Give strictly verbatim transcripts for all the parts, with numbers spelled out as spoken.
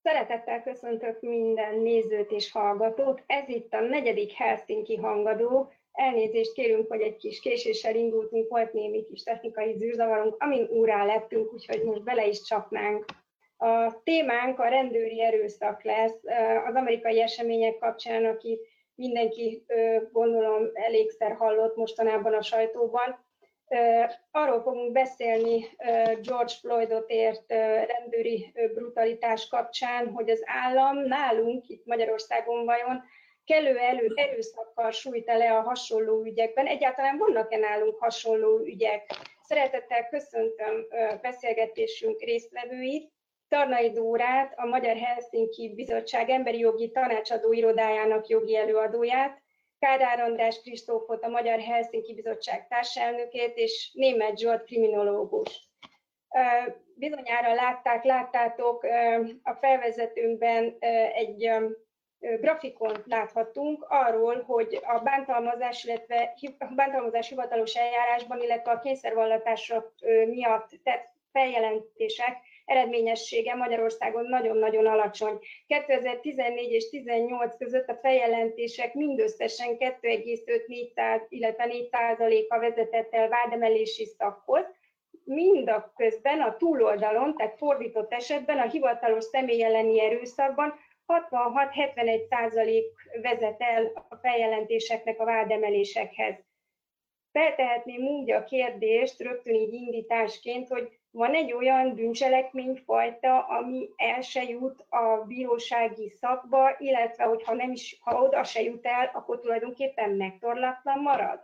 Szeretettel köszöntök minden nézőt és hallgatót. Ez itt a negyedik Helsinki Hangadó. Elnézést kérünk, hogy egy kis késéssel indultunk, volt némi kis technikai zűrzavarunk, amin órá lettünk, úgyhogy most bele is csapnánk. A témánk a rendőri erőszak lesz az amerikai események kapcsán, akit mindenki gondolom elégszer hallott mostanában a sajtóban. Arról fogunk beszélni George Floydot ért rendőri brutalitás kapcsán, hogy az állam nálunk, itt Magyarországon vajon kellő elő, erőszakkal sújt le a hasonló ügyekben. Egyáltalán vannak-e nálunk hasonló ügyek? Szeretettel köszöntöm beszélgetésünk résztvevőit, Tarnai Dórát, a Magyar Helsinki Bizottság Emberi Jogi Tanácsadó Irodájának jogi előadóját, Kádár András Kristófot, a Magyar Helsinki Bizottság társelnökét, és Németh Zsolt kriminológus. Bizonyára látták, láttátok, a felvezetőnkben egy grafikont láthattunk arról, hogy a bántalmazás, illetve a bántalmazás hivatalos eljárásban, illetve a kényszervallatások miatt tett feljelentések eredményessége Magyarországon nagyon-nagyon alacsony. kétezer-tizennégy és tizennyolc között a feljelentések mindösszesen kettő egész öt, illetve négy százaléka vezetett el vádemelési szakhoz. Mindaközben a túloldalon, tehát fordított esetben a hivatalos személy elleni erőszakban hatvanhat-hetvenegy százalék vezet el a feljelentéseknek a vádemelésekhez. Feltehetném úgy a kérdést rögtön így indításként, hogy van egy olyan bűncselekményfajta, ami el se jut a bírósági szakba, illetve hogyha nem is, ha oda se jut el, akkor tulajdonképpen megtorlatlan marad?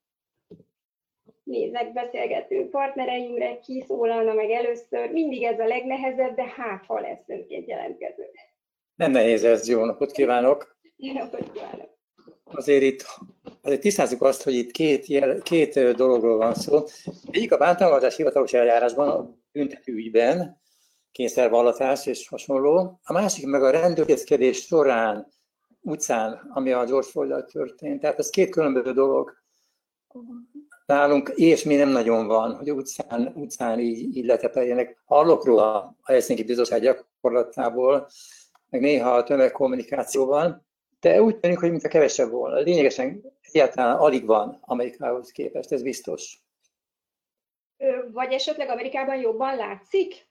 Nézek beszélgető partnereimre, ki szólalna meg először. Mindig ez a legnehezebb, de hát ha lesz egy jelentkező. Nem nehéz ez, jó napot kívánok! Jó napot kívánok! Azért itt azért tisztázzuk azt, hogy itt két, jel, két dologról van szó. Egyik a bántalmazás hivatalos eljárásban, a büntető ügyben, kényszervallatás és hasonló. A másik meg a rendőrkészkedés során, utcán, ami a George Floyd-dal történt. Tehát ez két különböző dolog nálunk, és mi nem nagyon van, hogy utcán, utcán így, így letepeljenek. Hallok róla a Helsinki Bizottság gyakorlatából, meg néha a tömegkommunikációban, de úgy tűnik, hogy mintha kevesebb volna. Lényegesen egyáltalán alig van Amerikához képest, ez biztos. Vagy esetleg Amerikában jobban látszik?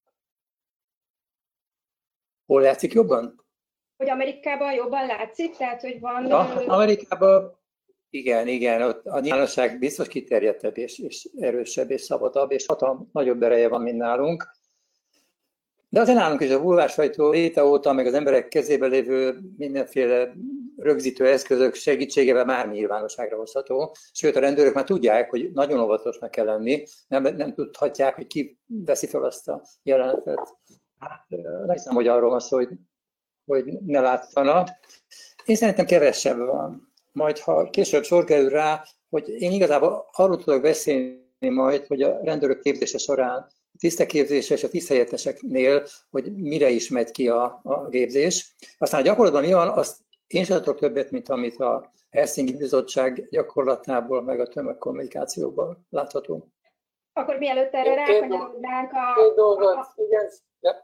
Hol látszik jobban? Hogy Amerikában jobban látszik, tehát hogy van... Ja, Amerikában igen, igen, ott a nyilvánosság biztos kiterjedtebb, és, és erősebb, és szabadabb, és hatalmas nagyobb ereje van, mint nálunk. De azért nálunk is a bulvársajtó léte óta, meg az emberek kezében lévő mindenféle rögzítő eszközök segítségével már nyilvánosságra hozható. Sőt, a rendőrök már tudják, hogy nagyon óvatosnak kell lenni, nem, nem tudhatják, hogy ki veszi fel azt a jelenetet. Hát, nem hiszem, hogy arról van szó, hogy, hogy ne látszana. Én szerintem kevesebb van. Majd, ha később sor kerül rá, hogy én igazából arról tudok beszélni majd, hogy a rendőrök képzése során tiszteképzése és a tiszthelyetteseknél, hogy mire is megy ki a, a képzés. Aztán a gyakorlatban mi van, azt én sem tudok többet, mint amit a Helsinki Bizottság gyakorlatából, meg a tömegkommunikációból látható. Akkor mielőtt erre rákanyarodnánk a... Két dolgot, igen. Ja.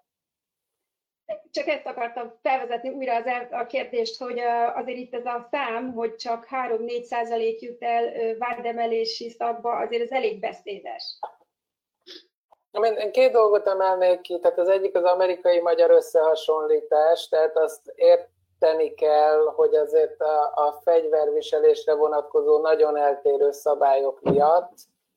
Csak ezt akartam felvezetni újra az el, a kérdést, hogy azért itt ez a szám, hogy csak három-négy százalék jut el vádemelési szakba, azért ez elég beszédes. Én két dolgot emelnék ki, tehát az egyik az amerikai-magyar összehasonlítás, tehát azt érteni kell, hogy azért a, a fegyverviselésre vonatkozó nagyon eltérő szabályok miatt,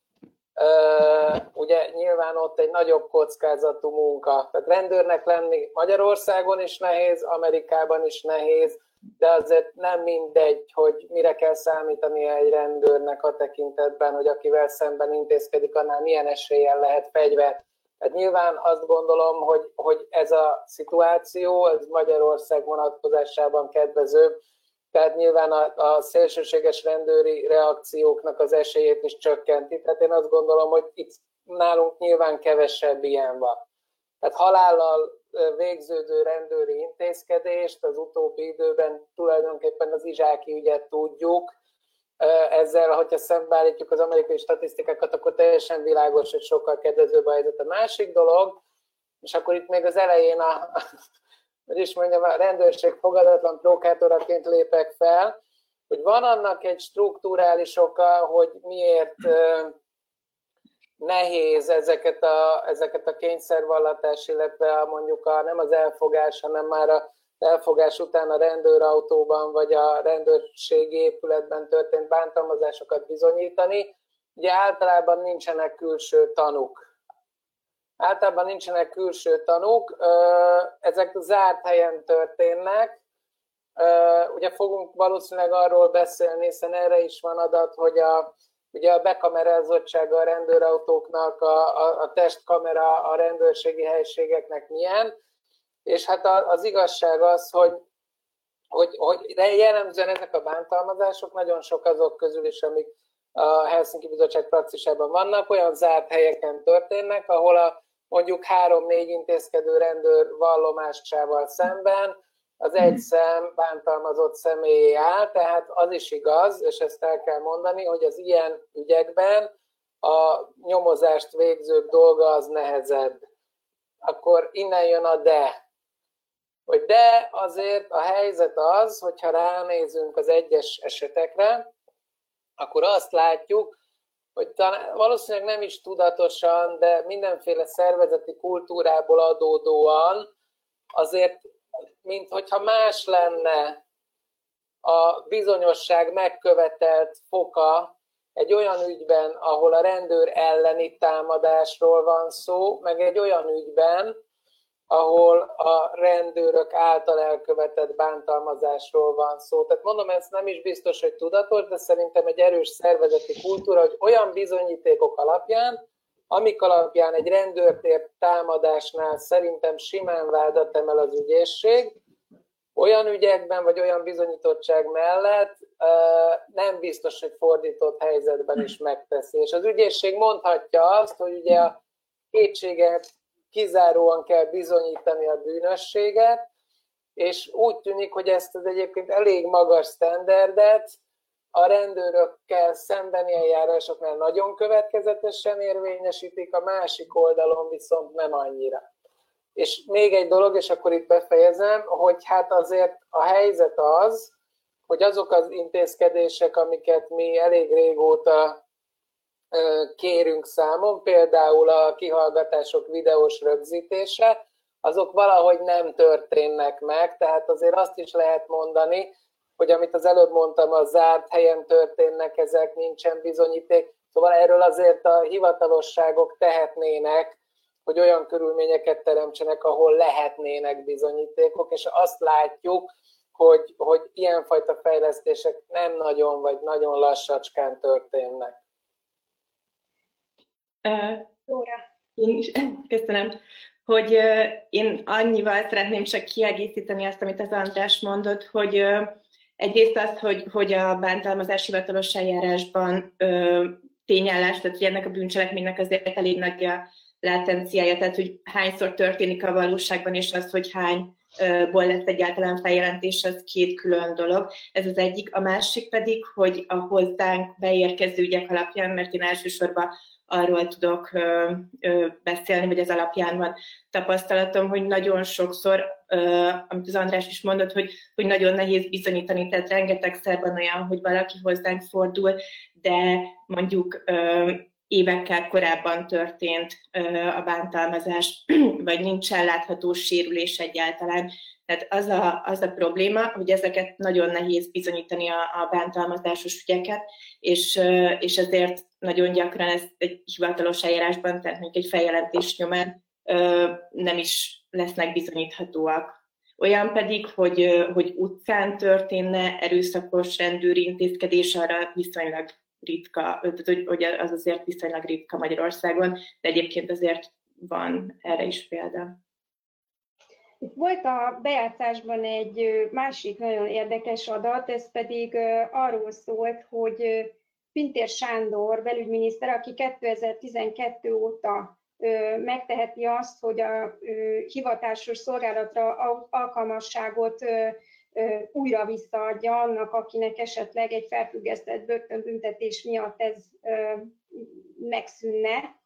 uh, ugye nyilván ott egy nagyobb kockázatú munka, tehát rendőrnek lenni Magyarországon is nehéz, Amerikában is nehéz, de azért nem mindegy, hogy mire kell számítania egy rendőrnek a tekintetben, hogy akivel szemben intézkedik, annál milyen eséllyel lehet fegyvert. Tehát nyilván azt gondolom, hogy, hogy ez a szituáció, ez Magyarország vonatkozásában kedvező, tehát nyilván a, a szélsőséges rendőri reakcióknak az esélyét is csökkenti. Tehát én azt gondolom, hogy itt nálunk nyilván kevesebb ilyen van. Tehát halállal végződő rendőri intézkedést az utóbbi időben tulajdonképpen az Izsáki ügyet tudjuk. Ezzel, hogyha szembeállítjuk az amerikai statisztikákat, akkor teljesen világos, hogy sokkal kedvezőbb a helyzet. A másik dolog, és akkor itt még az elején a, hogy is mondjam, a rendőrség fogadatlan provokátoraként lépek fel, hogy van annak egy strukturális oka, hogy miért nehéz ezeket a, ezeket a kényszervallatás, illetve a, mondjuk a, nem az elfogás, hanem már az elfogás után a rendőrautóban vagy a rendőrségi épületben történt bántalmazásokat bizonyítani. Ugye általában nincsenek külső tanúk. Általában nincsenek külső tanúk, ezek zárt helyen történnek. Ugye fogunk valószínűleg arról beszélni, hiszen erre is van adat, hogy a, ugye a bekamerázottsága a rendőrautóknak, a, a, a testkamera a rendőrségi helységeknek milyen, és hát az igazság az, hogy, hogy, hogy jellemzően ezek a bántalmazások, nagyon sok azok közül is, amik a Helsinki Bizottság praxisában vannak, olyan zárt helyeken történnek, ahol a mondjuk három-négy intézkedő rendőr vallomásával szemben az egy szem bántalmazott személyé áll, tehát az is igaz, és ezt el kell mondani, hogy az ilyen ügyekben a nyomozást végzők dolga az nehezebb. Akkor innen jön a de. Hogy de azért a helyzet az, hogyha ránézünk az egyes esetekre, akkor azt látjuk, hogy talán, valószínűleg nem is tudatosan, de mindenféle szervezeti kultúrából adódóan azért, minthogyha más lenne a bizonyosság megkövetelt foka egy olyan ügyben, ahol a rendőr elleni támadásról van szó, meg egy olyan ügyben, ahol a rendőrök által elkövetett bántalmazásról van szó. Tehát mondom, ez nem is biztos, hogy tudatos, de szerintem egy erős szervezeti kultúra, hogy olyan bizonyítékok alapján, amik alapján egy rendőrtért támadásnál szerintem simán vádat emel az ügyészség, olyan ügyekben vagy olyan bizonyítottság mellett nem biztos, hogy fordított helyzetben is megteszi. És az ügyészség mondhatja azt, hogy ugye a kétséget kizáróan kell bizonyítani a bűnösséget, és úgy tűnik, hogy ezt az egyébként elég magas sztenderdet a rendőrökkel szembeni eljárásoknál nagyon következetesen érvényesítik, a másik oldalon viszont nem annyira. És még egy dolog, és akkor itt befejezem, hogy hát azért a helyzet az, hogy azok az intézkedések, amiket mi elég régóta kérünk számon, például a kihallgatások videós rögzítése, azok valahogy nem történnek meg, tehát azért azt is lehet mondani, hogy amit az előbb mondtam, a zárt helyen történnek, ezek nincsen bizonyíték, szóval erről azért a hivatalosságok tehetnének, hogy olyan körülményeket teremtsenek, ahol lehetnének bizonyítékok, és azt látjuk, hogy, hogy ilyenfajta fejlesztések nem nagyon, vagy nagyon lassacskán történnek. Uh, én is köszönöm, hogy uh, én annyival szeretném csak kiegészíteni azt, amit az András mondott, hogy uh, egyrészt az, hogy, hogy a bántalmazás hivatalos eljárásban uh, tényállás, tehát hogy ennek a bűncselekménynek azért elég nagy a látenciája, tehát hogy hányszor történik a valóságban, és az, hogy hányból lesz egyáltalán feljelentés, az két külön dolog. Ez az egyik. A másik pedig, hogy a hozzánk beérkező ügyek alapján, mert én elsősorban arról tudok ö, ö, beszélni, vagy az alapján van tapasztalatom, hogy nagyon sokszor, ö, amit az András is mondott, hogy, hogy nagyon nehéz bizonyítani, tehát rengetegszer van olyan, hogy valaki hozzánk fordul, de mondjuk ö, évekkel korábban történt ö, a bántalmazás, vagy nincs ellátható sérülés egyáltalán. Tehát az a, az a probléma, hogy ezeket nagyon nehéz bizonyítani a, a bántalmazásos ügyeket, és, és ezért nagyon gyakran ez egy hivatalos eljárásban, tehát mondjuk egy feljelentés nyomán nem is lesznek bizonyíthatóak. Olyan pedig, hogy, hogy utcán történne erőszakos rendőri intézkedés, arra viszonylag ritka, hogy az azért viszonylag ritka Magyarországon, de egyébként azért van erre is példa. Volt a bejátszásban egy másik nagyon érdekes adat, ez pedig arról szólt, hogy Pintér Sándor belügyminiszter, aki kétezer-tizenkettő óta megteheti azt, hogy a hivatásos szolgálatra alkalmasságot újra visszaadja annak, akinek esetleg egy felfüggesztett börtönbüntetés miatt ez megszűnne,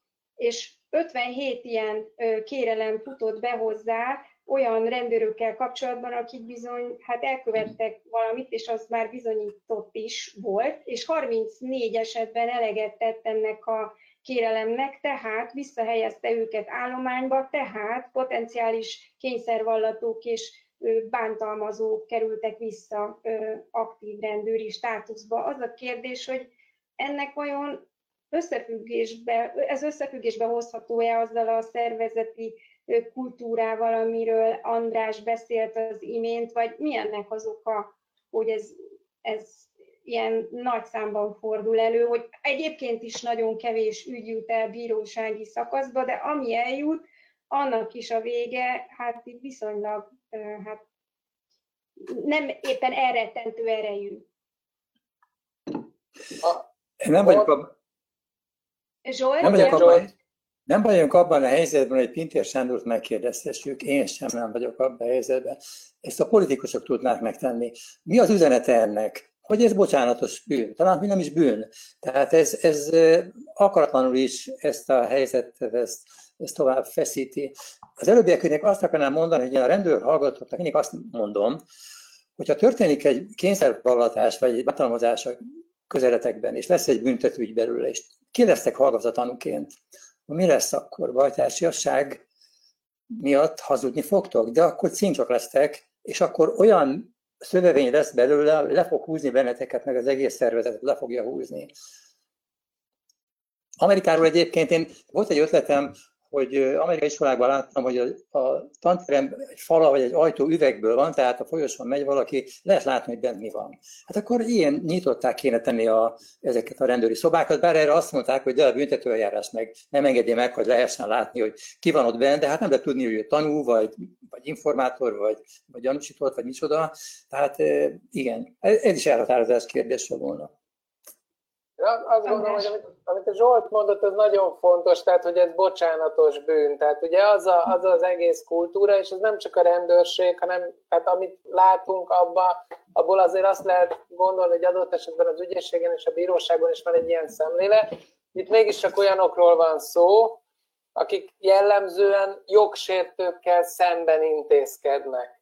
és ötvenhét ilyen kérelem futott be hozzá olyan rendőrökkel kapcsolatban, akik bizony hát elkövettek valamit, és az már bizonyított is volt, és harmincnégy esetben eleget tett ennek a kérelemnek, tehát visszahelyezte őket állományba, tehát potenciális kényszervallatók és bántalmazók kerültek vissza aktív rendőri státuszba. Az a kérdés, hogy ennek vajon összefüggésbe, ez összefüggésbe hozható-e azzal a szervezeti kultúrával, amiről András beszélt az imént, vagy mi ennek az oka, hogy ez, ez ilyen nagy számban fordul elő, hogy egyébként is nagyon kevés ügy jut el bírósági szakaszba, de ami eljut, annak is a vége, hát itt viszonylag hát nem éppen elrettentő erejű. Nem vagyok a... Zsolt? Nem vagyok abban, nem vagyok abban a helyzetben, hogy Pintér Sándort megkérdeztessük, én sem nem vagyok abban a helyzetben. Ezt a politikusok tudnák megtenni. Mi az üzenete ennek? Hogy ez bocsánatos bűn. Talán nem is bűn. Tehát ez, ez akaratlanul is ezt a helyzetet ezt, ezt tovább feszíti. Az előbbieknek azt akarnám mondani, hogy én a rendőr hallgatóknak mindig azt mondom, hogyha történik egy kényszervallatás vagy egy bántalmazás a közeletekben, és lesz egy büntetőügy belőle, és ki lesztek hallgatatlanúként, mi lesz akkor? Bajtársiasság miatt hazudni fogtok, de akkor cincsok lesztek, és akkor olyan szövevény lesz belőle, le fog húzni benneteket, meg az egész szervezetet le fogja húzni. Amerikáról egyébként én volt egy ötletem, hogy amerikai iskolákban láttam, hogy a, a tanterem egy fala vagy egy ajtó üvegből van, tehát a folyosón megy valaki, lehet látni, hogy bent mi van. Hát akkor ilyen nyitották kéne tenni a, ezeket a rendőri szobákat, bár erre azt mondták, hogy de a büntetőeljárás meg nem engedi meg, hogy lehessen látni, hogy ki van ott bent, de hát nem lehet tudni, hogy ő tanú, vagy, vagy informátor, vagy, vagy gyanúsított, vagy micsoda. Tehát igen, ez is elhatározás kérdése volna. Ja, azt gondolom, hogy amit, amit a Zsolt mondott, az nagyon fontos, tehát hogy ez bocsánatos bűn. Tehát ugye az, a, az az egész kultúra, és ez nem csak a rendőrség, hanem tehát amit látunk abba, abból azért azt lehet gondolni, hogy adott esetben az ügyészségen és a bíróságon is van egy ilyen szemlélet. Itt mégiscsak olyanokról van szó, akik jellemzően jogsértőkkel szemben intézkednek.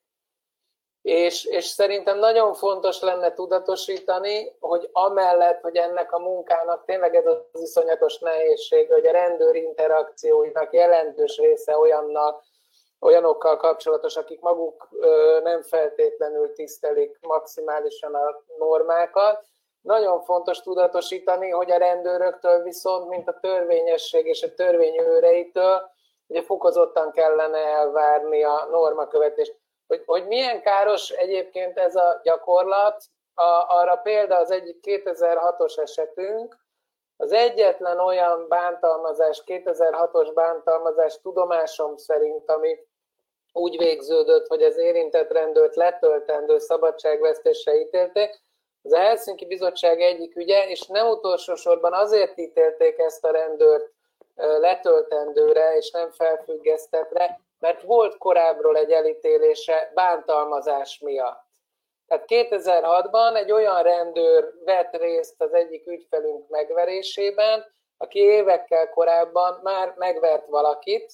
És, és szerintem nagyon fontos lenne tudatosítani, hogy amellett, hogy ennek a munkának tényleg ez az iszonyatos nehézség, hogy a rendőr interakcióinak jelentős része olyannal, olyanokkal kapcsolatos, akik maguk ö, nem feltétlenül tisztelik maximálisan a normákat. Nagyon fontos tudatosítani, hogy a rendőröktől viszont, mint a törvényesség és a törvény őreitől, ugye fokozottan kellene elvárni a normakövetést. Hogy, hogy milyen káros egyébként ez a gyakorlat, a, arra példa az egyik kétezer-hatos esetünk, az egyetlen olyan bántalmazás, kétezer-hatos bántalmazás tudomásom szerint, ami úgy végződött, hogy az érintett rendőrt letöltendő szabadságvesztésre ítélték, az a Helsinki Bizottság egyik ügye, és nem utolsó sorban azért ítélték ezt a rendőrt letöltendőre és nem felfüggesztetre, mert volt korábbról egy elítélése bántalmazás miatt. Tehát kétezer-hatban egy olyan rendőr vett részt az egyik ügyfelünk megverésében, aki évekkel korábban már megvert valakit,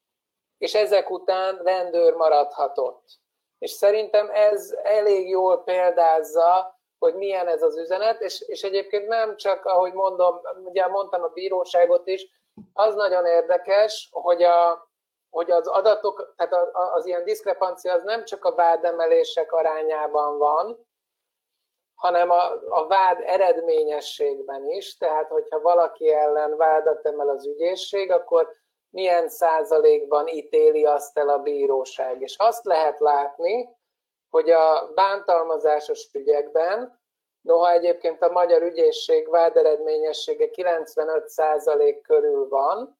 és ezek után rendőr maradhatott. És szerintem ez elég jól példázza, hogy milyen ez az üzenet, és, és egyébként nem csak, ahogy mondom, ugye mondtam a bíróságot is, az nagyon érdekes, hogy a hogy az adatok, tehát az, az ilyen diszkrepancia az nem csak a vádemelések arányában van, hanem a, a vád eredményességben is, tehát hogyha valaki ellen vádat emel az ügyészség, akkor milyen százalékban ítéli azt el a bíróság. És azt lehet látni, hogy a bántalmazásos ügyekben, noha egyébként a magyar ügyészség váderedményessége kilencvenöt százalék körül van,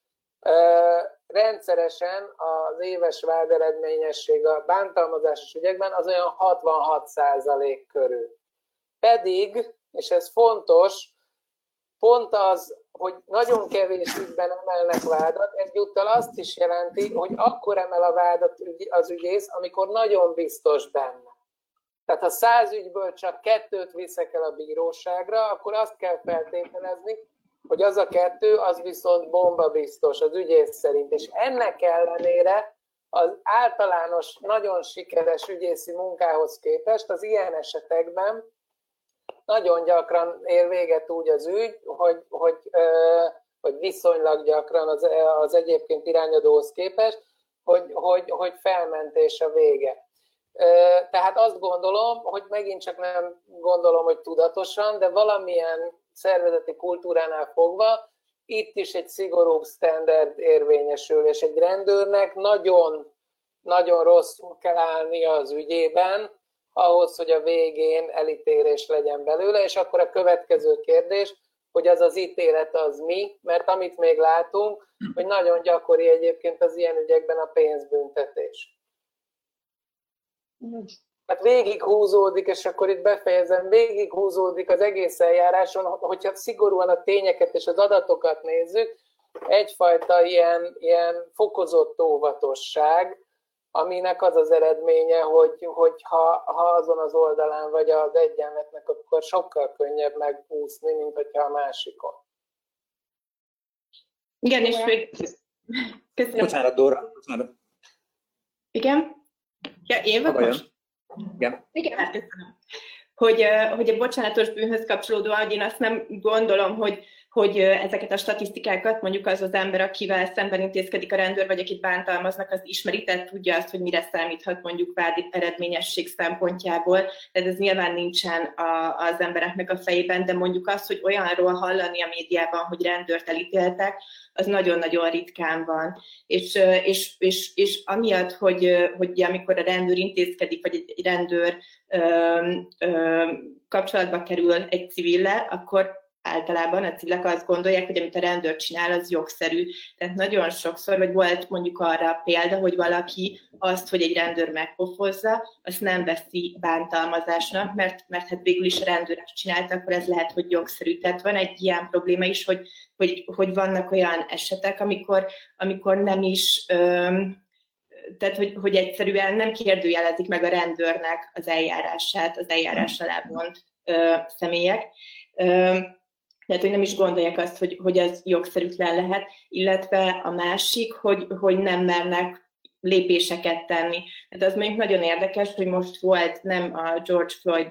rendszeresen az éves váderedményesség a bántalmazásos ügyekben az olyan hatvanhat százalék körül. Pedig, és ez fontos, pont az, hogy nagyon kevés ügyben emelnek vádat, egyúttal azt is jelenti, hogy akkor emel a vádat az ügyész, amikor nagyon biztos benne. Tehát ha száz ügyből csak kettőt viszek el a bíróságra, akkor azt kell feltételezni, hogy az a kettő, az viszont bomba biztos az ügyész szerint. És ennek ellenére az általános, nagyon sikeres ügyészi munkához képest az ilyen esetekben nagyon gyakran ér véget úgy az ügy, hogy, hogy, hogy viszonylag gyakran az, az egyébként irányadóhoz képest, hogy, hogy, hogy felmentés a vége. Tehát azt gondolom, hogy megint csak nem gondolom, hogy tudatosan, de valamilyen szervezeti kultúránál fogva itt is egy szigorúbb standard érvényesül, és egy rendőrnek nagyon, nagyon rosszul kell állnia az ügyében, ahhoz, hogy a végén elítélés legyen belőle, és akkor a következő kérdés, hogy az az ítélet az mi, mert amit még látunk, hogy nagyon gyakori egyébként az ilyen ügyekben a pénzbüntetés. Hát végighúzódik, és akkor itt befejezem, végighúzódik az egész eljáráson, hogyha szigorúan a tényeket és az adatokat nézzük, egyfajta ilyen, ilyen fokozott óvatosság, aminek az az eredménye, hogy, hogy ha, ha azon az oldalán vagy az egyenletnek, akkor sokkal könnyebb megúszni, mint hogyha a másikon. Igen, és még... Köszönöm. Bocsánat, Dóra. Bocsánat. Igen? Ja, én vagy most? Igen. Igen, hát köszönöm. Hogy, hogy a bocsánatos bűnhöz kapcsolódóan, én azt nem gondolom, hogy, hogy ezeket a statisztikákat mondjuk az az ember, akivel szemben intézkedik a rendőr, vagy akit bántalmaznak, az ismeri, tehát tudja azt, hogy mire számíthat mondjuk vádi eredményesség szempontjából. Tehát ez nyilván nincsen a, az embereknek a fejében, de mondjuk azt, hogy olyanról hallani a médiában, hogy rendőrt elítéltek, az nagyon-nagyon ritkán van. És, és, és, és amiatt, hogy, hogy amikor a rendőr intézkedik, vagy egy rendőr ö, ö, kapcsolatba kerül egy civillel, akkor általában a civilek azt gondolják, hogy amit a rendőr csinál, az jogszerű. Tehát nagyon sokszor, vagy volt mondjuk arra a példa, hogy valaki azt, hogy egy rendőr megpofozza, azt nem veszi bántalmazásnak, mert, mert hát végül is a rendőr ezt csinálta, akkor ez lehet, hogy jogszerű. Tehát van egy ilyen probléma is, hogy, hogy, hogy vannak olyan esetek, amikor, amikor nem is... Öm, tehát, hogy, hogy egyszerűen nem kérdőjelezik meg a rendőrnek az eljárását, az eljárás alá vont ö, személyek. Ö, tehát, hogy nem is gondolják azt, hogy, hogy ez jogszerűtlen lehet, illetve a másik, hogy, hogy nem mernek lépéseket tenni. Tehát az mondjuk nagyon érdekes, hogy most volt nem a George Floyd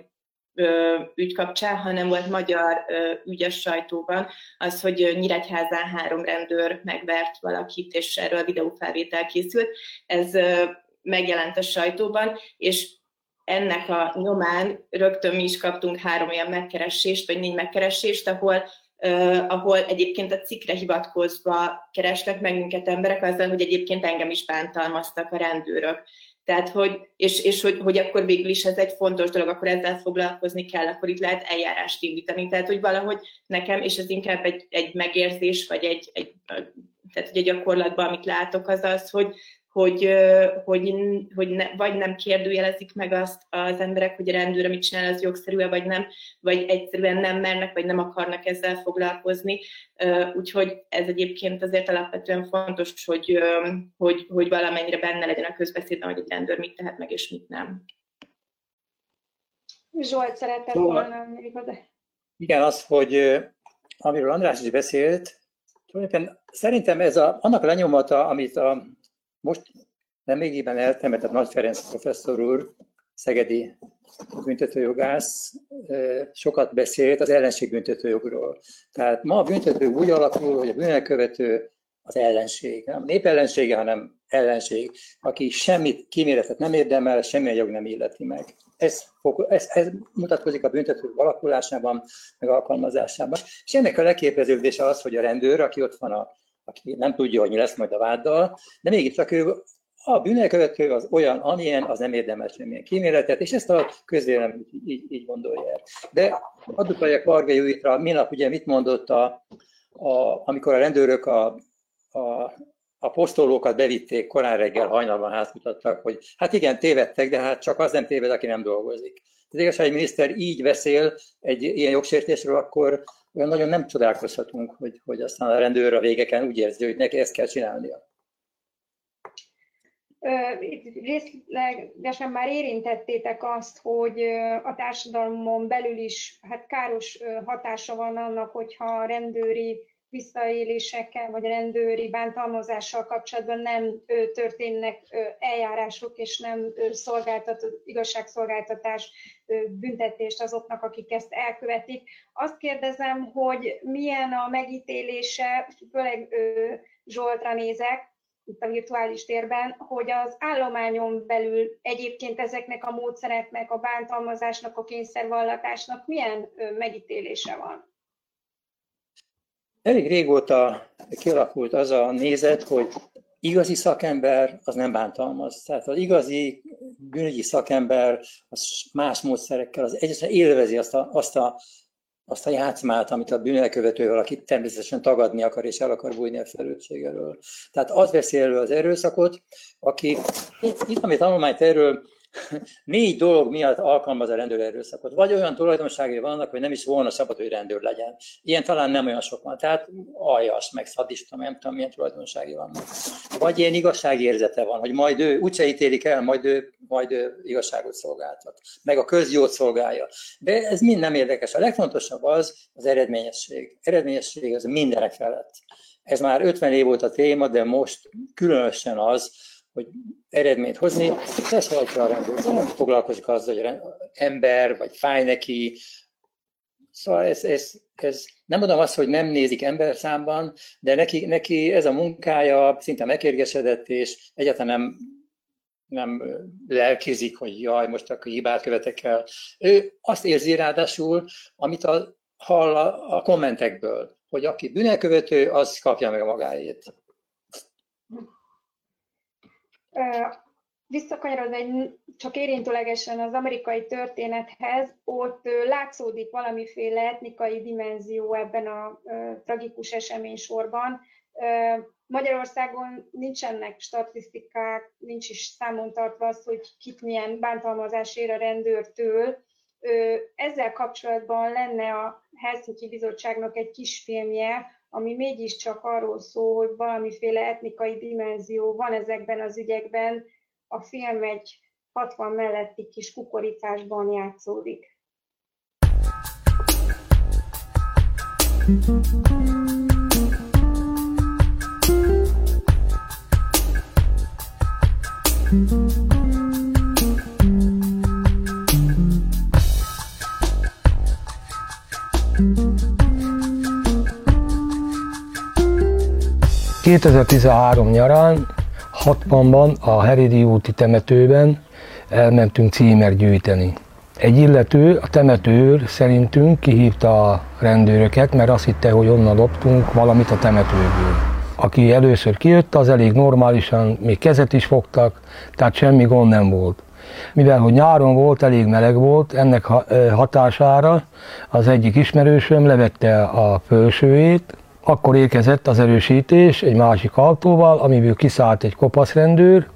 ö, ügy kapcsán, hanem volt magyar ö, ügy a sajtóban, az, hogy Nyíregyházán három rendőr megvert valakit, és erről videófelvétel készült. Ez ö, megjelent a sajtóban, és ennek a nyomán rögtön mi is kaptunk három olyan megkeresést, vagy négy megkeresést, ahol, uh, ahol egyébként a cikkre hivatkozva kerestek meg minket emberek azzal, hogy egyébként engem is bántalmaztak a rendőrök. Tehát, hogy, és, és hogy, hogy akkor végül is ez egy fontos dolog, akkor ezzel foglalkozni kell, akkor itt lehet eljárást indítani. Tehát, hogy valahogy nekem, és ez inkább egy, egy megérzés, vagy egy, egy, tehát, hogy a gyakorlatban, amit látok, az az, hogy, hogy, hogy, hogy ne, vagy nem kérdőjelezik meg azt az emberek, hogy a rendőr, amit csinál, az jogszerű, vagy nem, vagy egyszerűen nem mernek, vagy nem akarnak ezzel foglalkozni. Úgyhogy ez egyébként azért alapvetően fontos, hogy, hogy, hogy valamennyire benne legyen a közbeszédben, hogy egy rendőr mit tehet meg, és mit nem. Zsolt szeretett volna még hozzá. Igen, az, hogy amiről András is beszélt, tulajdonképpen szerintem ez a, annak a lenyomata, amit a most nemrégiben eltemetett Nagy Ferenc professzor úr, szegedi büntetőjogász, sokat beszélt az ellenségbüntetőjogról. Tehát ma a büntetőjog úgy alakul, hogy a bűnelkövető az ellenség. Nem népellensége, hanem ellenség, aki semmit kíméletet nem érdemel, semmilyen jog nem illeti meg. Ez, ez, ez mutatkozik a büntetőjog alakulásában, meg alkalmazásában. És ennek a leképeződése az, hogy a rendőr, aki ott van a aki nem tudja, hogy mi lesz majd a váddal, de mégiscsak ő a bűnelkövető az olyan, amilyen, az nem érdemel semmilyen kíméletet, és ezt a közvélemény így, így gondolja el. De hadd utaljak Varga Juditra, minap ugye mit mondott, a, a, amikor a rendőrök a, a, a posztolókat bevitték, korán reggel hajnalban házkutattak, hogy hát igen, tévedtek, de hát csak az nem téved, aki nem dolgozik. Az igazságügyminiszter így beszél egy ilyen jogsértésről, akkor olyan nagyon nem csodálkozhatunk, hogy, hogy aztán a rendőr a végeken úgy érzi, hogy neki ezt kell csinálnia. Itt részlegesen már érintettétek azt, hogy a társadalmon belül is hát káros hatása van annak, hogyha rendőri visszaélésekkel vagy rendőri bántalmazással kapcsolatban nem történnek eljárások, és nem szolgáltat, igazságszolgáltatás büntetést azoknak, akik ezt elkövetik. Azt kérdezem, hogy milyen a megítélése, főleg Zsoltra nézek, itt a virtuális térben, hogy az állományon belül egyébként ezeknek a módszereknek, a bántalmazásnak, a kényszervallatásnak milyen megítélése van? Elég régóta kialakult az a nézet, hogy igazi szakember az nem bántalmaz. Tehát az igazi bűnügyi szakember az más módszerekkel, az egyszerűen élvezi azt a, azt a azt a játszmát, amit a bűnelkövető valaki természetesen tagadni akar, és el akar bújni a felelősségről. Tehát az veszi elő az erőszakot, aki, itt, itt amit tanulmányt erről, négy dolog miatt alkalmaz a rendőr erőszakot. Vagy olyan tulajdonságai vannak, hogy nem is volna szabad, hogy rendőr legyen. Ilyen talán nem olyan sok van. Tehát aljas, meg szadista, nem tudom, milyen tulajdonságai vannak. Vagy ilyen igazságérzete van, hogy majd ő úgyse ítélik el, majd ő, majd ő igazságot szolgáltat. Meg a közjót szolgálja. De ez mind nem érdekes. A legfontosabb az az eredményesség. Eredményesség az mindenek felett. Ez már ötven év volt a téma, de most különösen az, hogy eredményt hozni, ez hajtja a rendőr. Nem foglalkozik azzal, hogy ember, vagy fáj neki. Szóval ez, ez, ez nem mondom azt, hogy nem nézik emberszámban, de neki, neki ez a munkája szinte megérgesedett, és egyáltalán nem, nem lelkizik, hogy jaj, most akkor hibát követek el. Ő azt érzi ráadásul, amit a, hall a, a kommentekből, hogy aki bűnelkövető, az kapja meg a magáét. Visszakanyarodva csak érintőlegesen az amerikai történethez, ott látszódik valamiféle etnikai dimenzió ebben a tragikus eseménysorban. Magyarországon nincsenek statisztikák, nincs is számon tartva az, hogy kit milyen bántalmazás ér a rendőrtől. Ezzel kapcsolatban lenne a Helsinki Bizottságnak egy kis filmje, ami mégiscsak arról szól, hogy valamiféle etnikai dimenzió van ezekben az ügyekben. A film egy hatvan melletti kis kukoricásban játszódik. kétezer-tizenhárom nyarán hatvanban a Heredi úti temetőben elmentünk címert gyűjteni. Egy illető, a temetőőr szerintünk kihívta a rendőröket, mert azt hitte, hogy onnan loptunk valamit a temetőből. Aki először kijött, az elég normálisan, még kezet is fogtak, tehát semmi gond nem volt. Mivel hogy nyáron volt, elég meleg volt, ennek hatására az egyik ismerősöm levette a fölsőjét. Akkor érkezett az erősítés egy másik autóval, amiből kiszállt egy kopasz rendőr,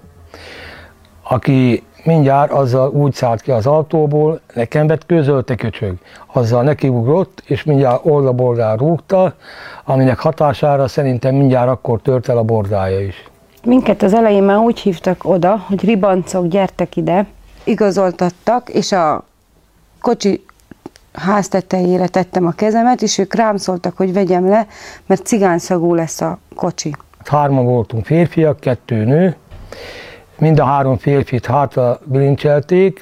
aki mindjárt azzal úgy szállt ki az autóból, nekem vetkőzölte köcsög. Azzal nekiugrott, és mindjárt oldalbordára rúgta, aminek hatására szerintem mindjárt akkor tört el a bordája is. Minket az elején már úgy hívtak oda, hogy ribancok, gyertek ide. Igazoltattak, és a kocsi ház tetejére tettem a kezemet, és ők rám szóltak, hogy vegyem le, mert cigányszagú lesz a kocsi. Hárman voltunk férfiak, kettő nő. Mind a három férfit hátra bilincselték,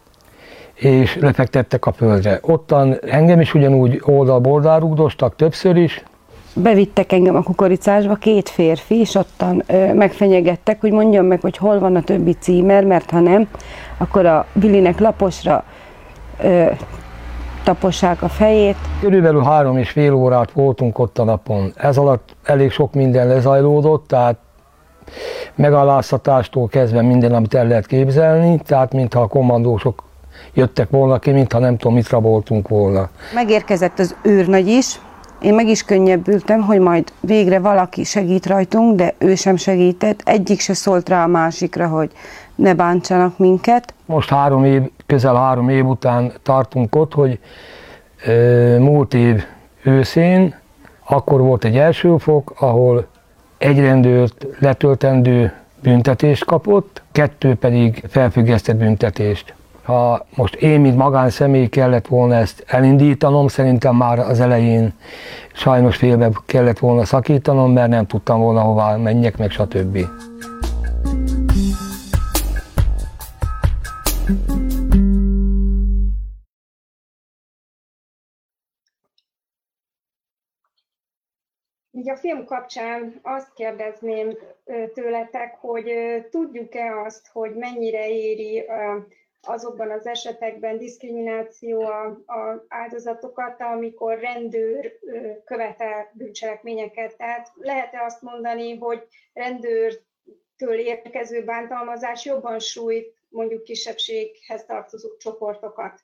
és lefektettek a földre. Ottan engem is ugyanúgy oldal-boldal rugdostak többször is. Bevittek engem a kukoricásba, két férfi, és ottan ö, megfenyegettek, hogy mondjam meg, hogy hol van a többi címer, mert ha nem, akkor a Bilinek laposra ö, tapossák a fejét. Körülbelül három és fél órát voltunk ott a napon. Ez alatt elég sok minden lezajlódott, tehát megaláztatástól kezdve minden, amit el lehet képzelni, tehát mintha a kommandósok jöttek volna ki, mintha nem tudom, mit raboltunk volna. Megérkezett az őrnagy is, én meg is könnyebbültem, hogy majd végre valaki segít rajtunk, de ő sem segített, egyik se szólt rá a másikra, hogy ne bántsanak minket. Most három év, közel három év után tartunk ott, hogy ö, múlt év őszén, akkor volt egy első fok, ahol egy rendőrt letöltendő büntetést kapott, kettő pedig felfüggesztett büntetést. Ha most én, mint magánszemély kellett volna ezt elindítanom, szerintem már az elején sajnos félbe kellett volna szakítanom, mert nem tudtam volna hová menjek, meg stb. Így a film kapcsán azt kérdezném tőletek, hogy tudjuk-e azt, hogy mennyire éri azokban az esetekben diszkrimináció az áldozatokat, amikor rendőr követel bűncselekményeket. Tehát lehet-e azt mondani, hogy rendőrtől érkező bántalmazás jobban sújt mondjuk kisebbséghez tartozó csoportokat?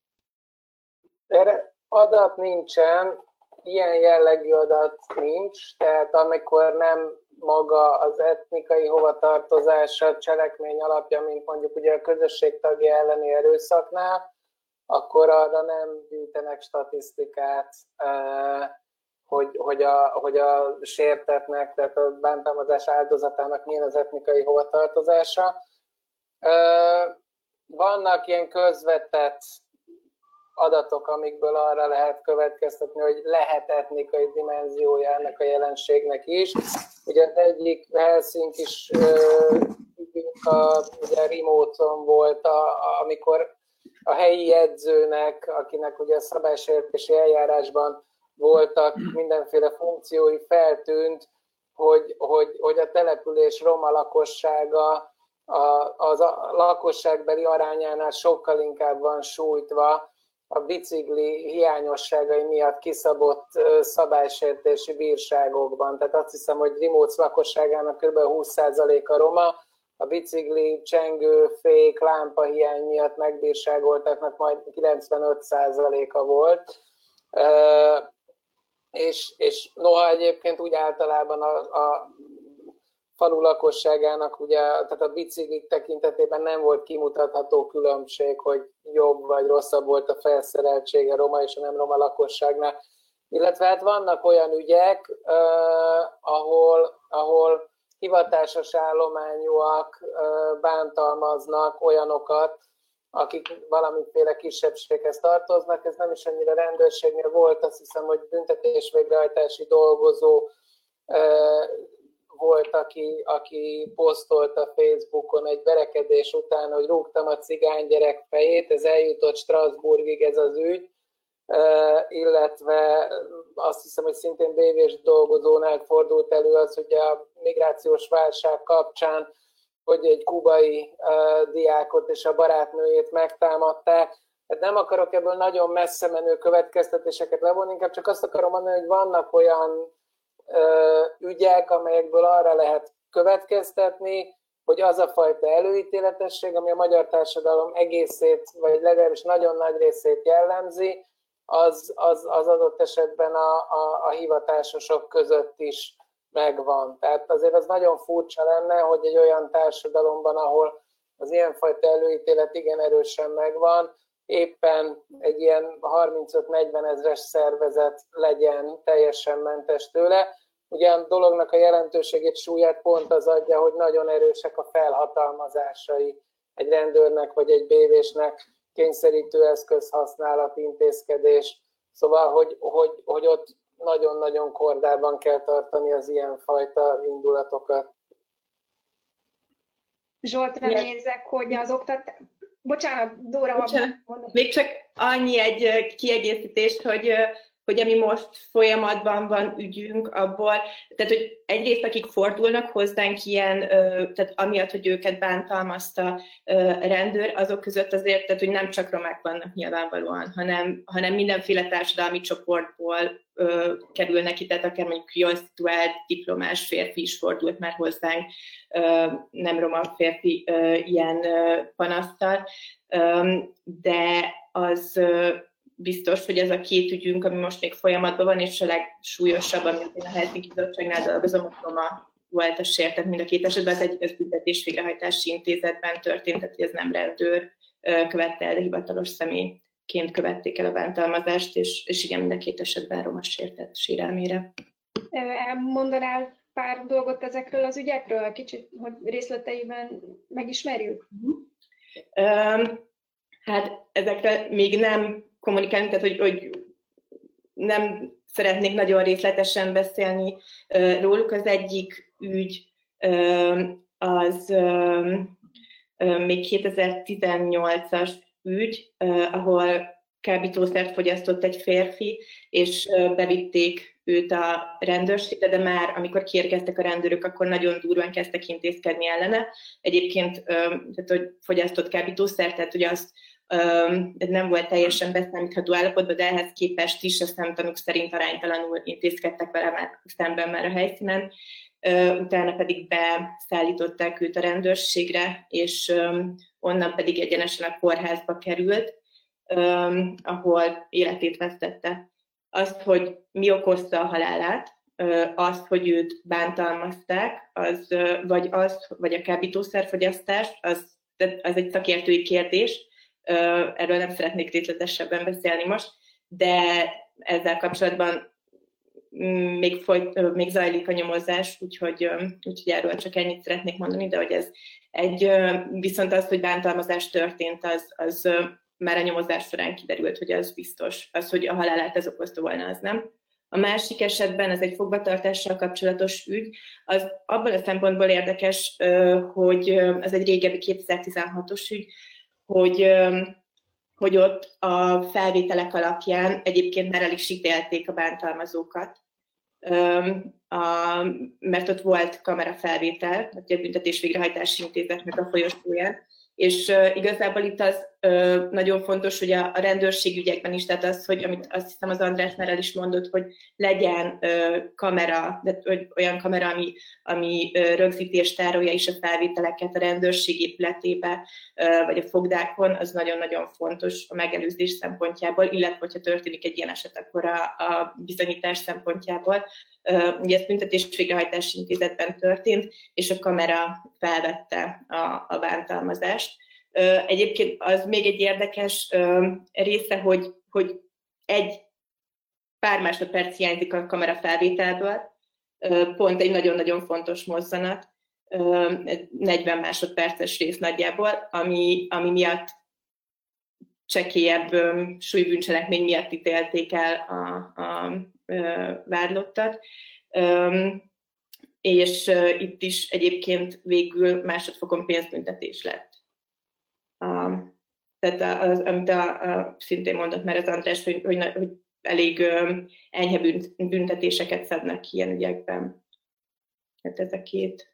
Erre adat nincsen, ilyen jellegű adat nincs, tehát amikor nem maga az etnikai hovatartozása cselekmény alapja, mint mondjuk ugye a közösség tagja elleni erőszaknál, akkor arra nem gyűjtenek statisztikát, hogy, hogy, a, hogy a sértettnek, tehát a bántalmazás áldozatának milyen az etnikai hovatartozása. Vannak ilyen közvetett adatok, amikből arra lehet következtetni, hogy lehet etnikai dimenziója ennek a jelenségnek is. Ugye az egyik Helsinkis ügyünk a ugye remote-on volt, a, a, amikor a helyi edzőnek, akinek ugye a szabálysértési eljárásban voltak mindenféle funkciói, feltűnt, hogy, hogy, hogy a település roma lakossága a, az a lakosságbeli arányánál sokkal inkább van sújtva a bicikli hiányosságai miatt kiszabott szabálysértési bírságokban. Tehát azt hiszem, hogy Rimóc lakosságának kb. húsz százaléka roma, a bicikli, csengő, fék, lámpa hiány miatt megbírságoltaknak majd kilencvenöt százaléka volt. És, és noha egyébként úgy általában a, a falu lakosságának, ugye, tehát a biciklik tekintetében nem volt kimutatható különbség, hogy jobb vagy rosszabb volt a felszereltsége roma és a nem roma lakosságnál. Illetve hát vannak olyan ügyek, eh, ahol, ahol hivatásos állományúak eh, bántalmaznak olyanokat, akik valamiféle kisebbséghez tartoznak. Ez nem is annyira rendőrségnél volt, azt hiszem, hogy büntetésvégrehajtási dolgozó eh, volt, aki, aki posztolta Facebookon egy verekedés után, hogy rúgtam a cigánygyerek fejét, ez eljutott Strasbourgig ez az ügy, illetve azt hiszem, hogy szintén bé vés dolgozónál fordult elő az, hogy a migrációs válság kapcsán, hogy egy kubai diákot és a barátnőjét megtámadták. Hát nem akarok ebből nagyon messze menő következtetéseket levonni, inkább csak azt akarom mondani, hogy vannak olyan ügyek, amelyekből arra lehet következtetni, hogy az a fajta előítéletesség, ami a magyar társadalom egészét, vagy legalábbis nagyon nagy részét jellemzi, az, az, az adott esetben a, a, a hivatásosok között is megvan. Tehát azért az nagyon furcsa lenne, hogy egy olyan társadalomban, ahol az ilyenfajta előítélet igen erősen megvan, éppen egy ilyen harmincöt-negyven ezres szervezet legyen teljesen mentes tőle. Ugye a dolognak a jelentőségét, súlyát pont az adja, hogy nagyon erősek a felhatalmazásai egy rendőrnek vagy egy bé vésnek, kényszerítő eszköz használat, intézkedés. Szóval, hogy, hogy, hogy ott nagyon-nagyon kordában kell tartani az ilyenfajta indulatokat. Zsoltra nézek, hogy az oktatás... Bocsánat, Dóra, Bocsánat. Még csak annyi egy kiegészítés, hogy, hogy ami most folyamatban van ügyünk abból, tehát hogy egyrészt akik fordulnak hozzánk ilyen, tehát amiatt, hogy őket bántalmazta rendőr, azok között azért, tehát hogy nem csak romák vannak nyilvánvalóan, hanem, hanem mindenféle társadalmi csoportból kerülnek ki, tehát akár mondjuk jól szituált diplomás férfi is fordult már hozzánk, nem roma férfi ilyen panasztal, de az biztos, hogy ez a két ügyünk, ami most még folyamatban van, és a legsúlyosabb, amit én a Helsinki Bizottságnál dolgozom, a roma volt a sértett mind a két esetben, az egyik az büntetés végrehajtási intézetben történt, tehát ez nem rendőr követte el, de hivatalos személyként követték el a bántalmazást, és, és igen, mind a két esetben roma sértett sérelmére. Mondanál pár dolgot ezekről az ügyekről, kicsit, hogy részleteiben megismerjük? Um, hát ezekre még nem kommunikálni, tehát hogy, hogy nem szeretnék nagyon részletesen beszélni uh, róluk. Az egyik ügy uh, az uh, uh, még kétezer-tizennyolcas ügy, uh, ahol kábítószert fogyasztott egy férfi, és uh, bevitték őt a rendőrségre, de már amikor kiérkeztek a rendőrök, akkor nagyon durván kezdtek intézkedni ellene. Egyébként tehát, hogy fogyasztott kábítószert, tehát hogy azt nem volt teljesen beszámítható állapotban, de ehhez képest is a szemtanúk szerint aránytalanul intézkedtek vele már szemben már a helyszínen. Utána pedig beszállították őt a rendőrségre, és onnan pedig egyenesen a kórházba került, ahol életét vesztette. Azt, hogy mi okozta a halálát, azt, hogy őt bántalmazták, az, vagy, az, vagy a kábítószerfogyasztás, az, az egy szakértői kérdés, erről nem szeretnék részletesebben beszélni most, de ezzel kapcsolatban még, folyt, még zajlik a nyomozás, úgyhogy, úgyhogy erről csak ennyit szeretnék mondani, de hogy ez egy, viszont az, hogy bántalmazás történt, az, az már a nyomozás során kiderült, hogy az biztos. Az, hogy a halálát ez okozta volna, az nem. A másik esetben, ez egy fogvatartással kapcsolatos ügy, az abban a szempontból érdekes, hogy ez egy régebbi kétezer-tizenhatos ügy, hogy, hogy ott a felvételek alapján egyébként már el is ítélték a bántalmazókat, a, mert ott volt kamerafelvétel, a Büntetés Végrehajtási Intézetnek a folyosóján, és uh, igazából itt az uh, nagyon fontos, hogy a, a rendőrségügyekben is, tehát az, hogy amit azt hiszem az András már el is mondott, hogy legyen uh, kamera, de hogy olyan kamera, ami, ami uh, rögzítés tárolja is a felvételeket a rendőrség épületébe, uh, vagy a fogdákon, az nagyon-nagyon fontos a megelőzés szempontjából, illetve hogyha történik egy ilyen eset, akkor a, a bizonyítás szempontjából. Uh, ugye ez Büntetés Végrehajtási Intézetben történt, és a kamera felvette a, a bántalmazást. Uh, egyébként az még egy érdekes uh, része, hogy, hogy egy pár másodperc hiányzik a kamera felvételből, uh, pont egy nagyon-nagyon fontos mozzanat, uh, negyven másodperces rész nagyjából, ami, ami miatt csekélyebb um, súlybűncselekmény miatt ítélték el a, a uh, vádlottat. Um, és uh, itt is egyébként végül másodfokon pénzbüntetés lett. Um, tehát az, amit a, a, szintén mondott már az András, hogy, hogy, hogy elég um, enyhe bünt, büntetéseket szednek ki ilyen ügyekben. Hát ez a két.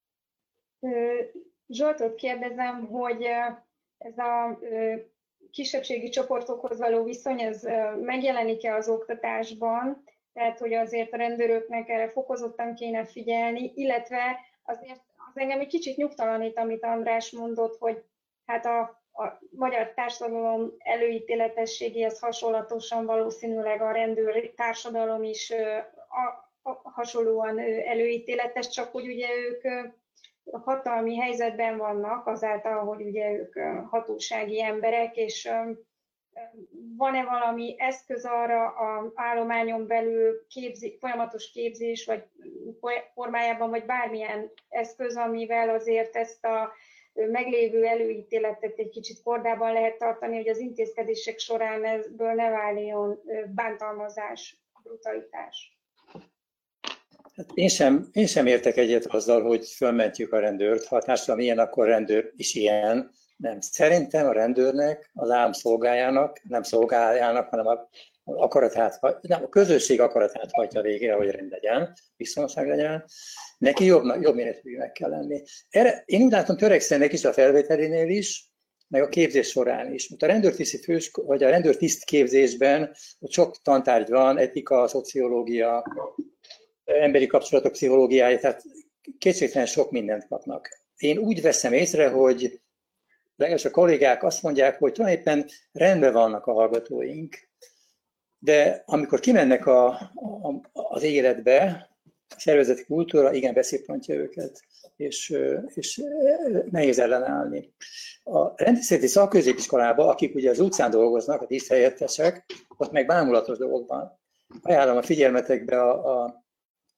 Zsoltot kérdezem, hogy ez a kisebbségi csoportokhoz való viszony, ez megjelenik-e az oktatásban, tehát hogy azért a rendőröknek erre fokozottan kéne figyelni, illetve azért az engem egy kicsit nyugtalanít, amit András mondott, hogy hát a, a magyar társadalom előítéletességéhez hasonlatosan valószínűleg a rendőr társadalom is a, a, hasonlóan előítéletes, csak hogy ugye ők hatalmi helyzetben vannak azáltal, hogy ugye ők hatósági emberek, és van-e valami eszköz arra az állományon belül képzi, folyamatos képzés, vagy formájában, vagy bármilyen eszköz, amivel azért ezt a meglévő előítéletet egy kicsit kordában lehet tartani, hogy az intézkedések során ebből ne váljon bántalmazás, brutalitás? Hát én, sem, én sem értek egyet azzal, hogy fölmentjük a rendőrt. Ha a társadalom ilyen, akkor a rendőr is ilyen. Nem. Szerintem a rendőrnek, az állam szolgájának, nem szolgájának, hanem a, akaratát, nem, a közösség akaratát hajtja végre, hogy rend legyen, biztonság legyen. Neki jobb, jobb méretűnek kell lenni. Erre, én úgy látom, törekszenek is a felvételénél is, meg a képzés során is. A rendőrtiszt fős, vagy a rendőrtiszt képzésben ott sok tantárgy van, etika, szociológia, emberi kapcsolatok pszichológiája, tehát kétségtelen sok mindent kapnak. Én úgy veszem észre, hogy legalábbis a kollégák azt mondják, hogy tulajdonképpen rendben vannak a hallgatóink, de amikor kimennek a, a, az életbe, a szervezeti kultúra igen beszédpontja őket, és, és nehéz ellenállni. A rendészeti szakközépiskolában, akik ugye az utcán dolgoznak, a tiszthelyettesek, ott meg bámulatos dolgok van. Ajánlom a figyelmetekbe a, a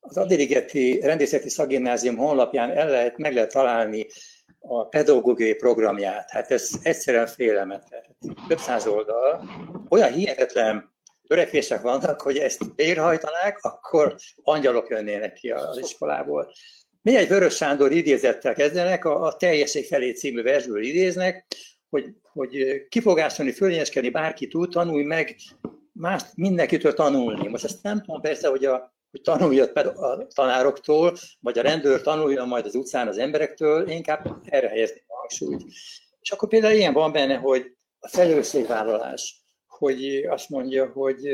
az Adyligeti Rendészeti Szakgimnázium honlapján el lehet, meg lehet találni a pedagógiai programját. Hát ez egyszerűen félelmetes. Több száz oldal. Olyan hihetetlen törekvések vannak, hogy ezt végrehajtanák, akkor angyalok jönnének ki az iskolából. Mi egy Vörös Sándor idézettel kezdenek, a, a Teljesség felé című versből idéznek, hogy, hogy kifogásolni, fölényeskedni bárki tud, tanulj meg, más mindenkitől tanulni. Most ezt nem tudom persze, hogy, a, hogy tanulja a tanároktól, vagy a rendőr tanulja majd az utcán az emberektől, inkább erre helyezni a hangsúlyt. És akkor például ilyen van benne, hogy a felelősségvállalás, hogy azt mondja, hogy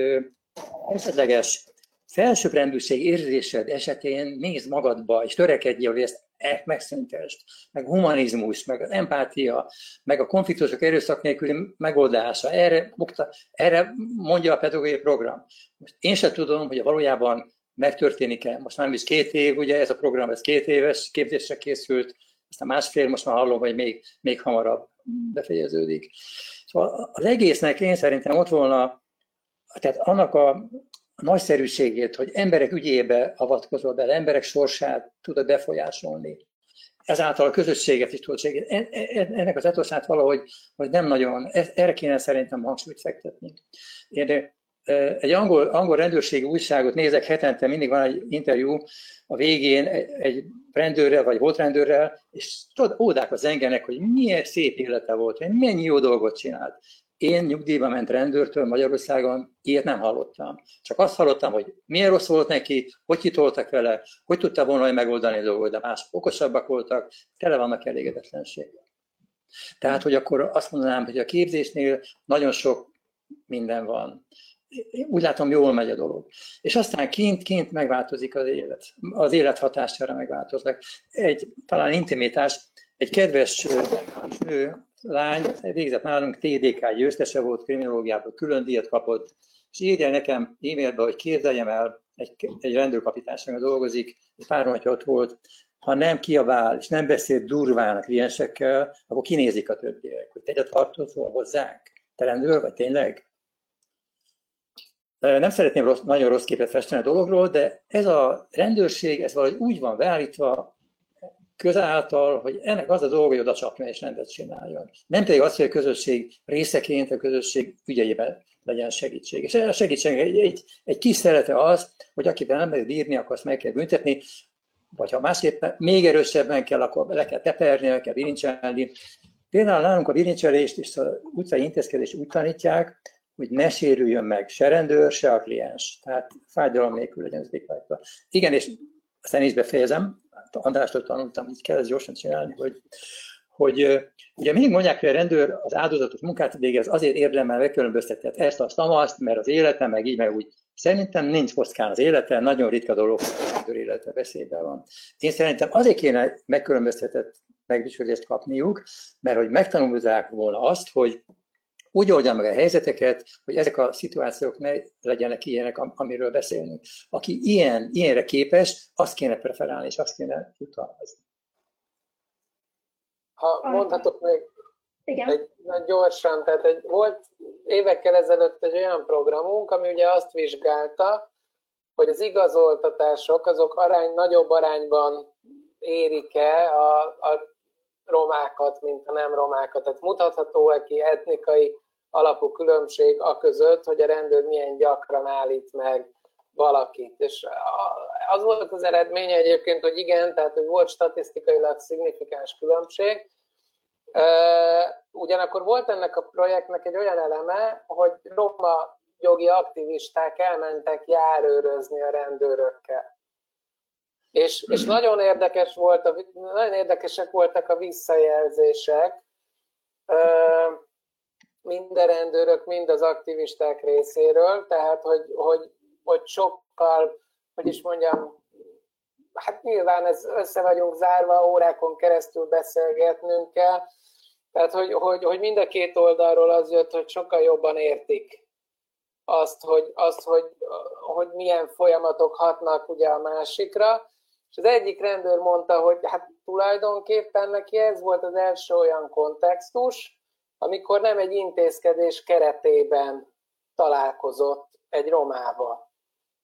esetleges felsőbbrendűség érzésed esetén nézd magadba, és törekedj, hogy ezt megszüntesd, meg a humanizmus, meg az empátia, meg a konfliktusok erőszak nélküli megoldása. Erre, erre mondja a pedagógiai program. Most én sem tudom, hogy valójában megtörténik-e. Most már is két év, ugye ez a program, ez két éves képzésre készült, aztán másfél, most már hallom, hogy még, még hamarabb befejeződik. Szóval az egésznek én szerintem ott volna, tehát annak a a nagyszerűségét, hogy emberek ügyébe avatkozol bele, emberek sorsát tudod befolyásolni. Ezáltal a közösséget is tudod segíteni. Ennek az etoszát valahogy hogy nem nagyon, erre kéne szerintem hangsúlyt fektetni. Én egy angol, angol rendőrségi újságot nézek hetente, mindig van egy interjú a végén egy rendőrrel, vagy volt rendőrrel, és tudod, ódák az engenek, hogy milyen szép élete volt, hogy mennyi jó dolgot csinált. Én nyugdíjba ment rendőrtől Magyarországon, ilyet nem hallottam. Csak azt hallottam, hogy milyen rossz volt neki, hogy kitoltak vele, hogy tudta volna megoldani a dolgot, de más okosabbak voltak, tele vannak elégedetlenséggel. Tehát, hogy akkor azt mondanám, hogy a képzésnél nagyon sok minden van. Úgy látom, jól megy a dolog. És aztán kint, kint megváltozik az élet. Az élet hatására megváltoznak. Egy talán intimitás, egy kedves nő, lány, végzett nálunk, té dé ká győztese volt, kriminológiából külön díjat kapott, és írja nekem e-mailbe, hogy képzeljem el, egy, egy rendőrkapitányságon dolgozik, egy pár hónapja ott volt, ha nem kiabál, és nem beszél durván a kliensekkel, akkor kinézik a többiek, hogy te tartozol hozzánk, te rendőr vagy tényleg? Nem szeretném rossz, nagyon rossz képet festeni a dologról, de ez a rendőrség, ez valahogy úgy van beállítva, közáltal, hogy ennek az a dolga, hogy oda csapja és rendet csináljon. Nem pedig az, hogy a közösség részeként a közösség ügyeiben legyen segítség. És a segítség egy, egy, egy kis szerete az, hogy akivel nem lehet bírni, akkor azt meg kell büntetni, vagy ha másképp még erősebben kell, akkor le kell teperni, le kell bilincselni. Például nálunk a bilincselést és az utcai intézkedést úgy tanítják, hogy ne sérüljön meg se rendőr, se a kliens. Tehát fájdalom nélkül legyen az rajta. Igen, és aztán is befejezem. Andrástól tanultam, így kell ezt gyorsan csinálni, hogy, hogy ugye mindig mondják, hogy a rendőr az áldozatos munkát végez, azért érdemel megkülönböztetett ezt, azt, azt, mert az élete, meg így, meg úgy. Szerintem nincs kockán az élete, nagyon ritka dolog, hogy a rendőr élete veszélyben van. Én szerintem azért kéne megkülönböztetett megdicsőzést kapniuk, mert hogy megtanulják volna azt, hogy úgy oldja meg a helyzeteket, hogy ezek a szituációk ne legyenek ilyenek, amiről beszélünk. Aki ilyen, ilyenre képes, azt kéne preferálni, és azt kéne jutalmazni. Ha mondhatok még Igen. egy, egy gyorsan, tehát egy, volt évekkel ezelőtt egy olyan programunk, ami ugye azt vizsgálta, hogy az igazoltatások azok arány, nagyobb arányban érik-e a, a romákat, mint a nem romákat. Tehát mutatható-e ki etnikai alapú különbség a között, hogy a rendőr milyen gyakran állít meg valakit. És az volt az eredménye egyébként, hogy igen, tehát hogy volt statisztikailag szignifikáns különbség. Ugyanakkor volt ennek a projektnek egy olyan eleme, hogy roma jogi aktivisták elmentek járőrözni a rendőrökkel. És, és nagyon, érdekes volt a, nagyon érdekesek voltak a visszajelzések, mind a rendőrök, mind az aktivisták részéről, tehát hogy, hogy, hogy sokkal, hogy is mondjam, hát nyilván ez össze vagyunk zárva, órákon keresztül beszélgetnünk kell, tehát hogy, hogy, hogy mind a két oldalról az jött, hogy sokkal jobban értik azt, hogy, azt, hogy, hogy milyen folyamatok hatnak ugye a másikra. És az egyik rendőr mondta, hogy hát tulajdonképpen neki ez volt az első olyan kontextus, amikor nem egy intézkedés keretében találkozott egy romával.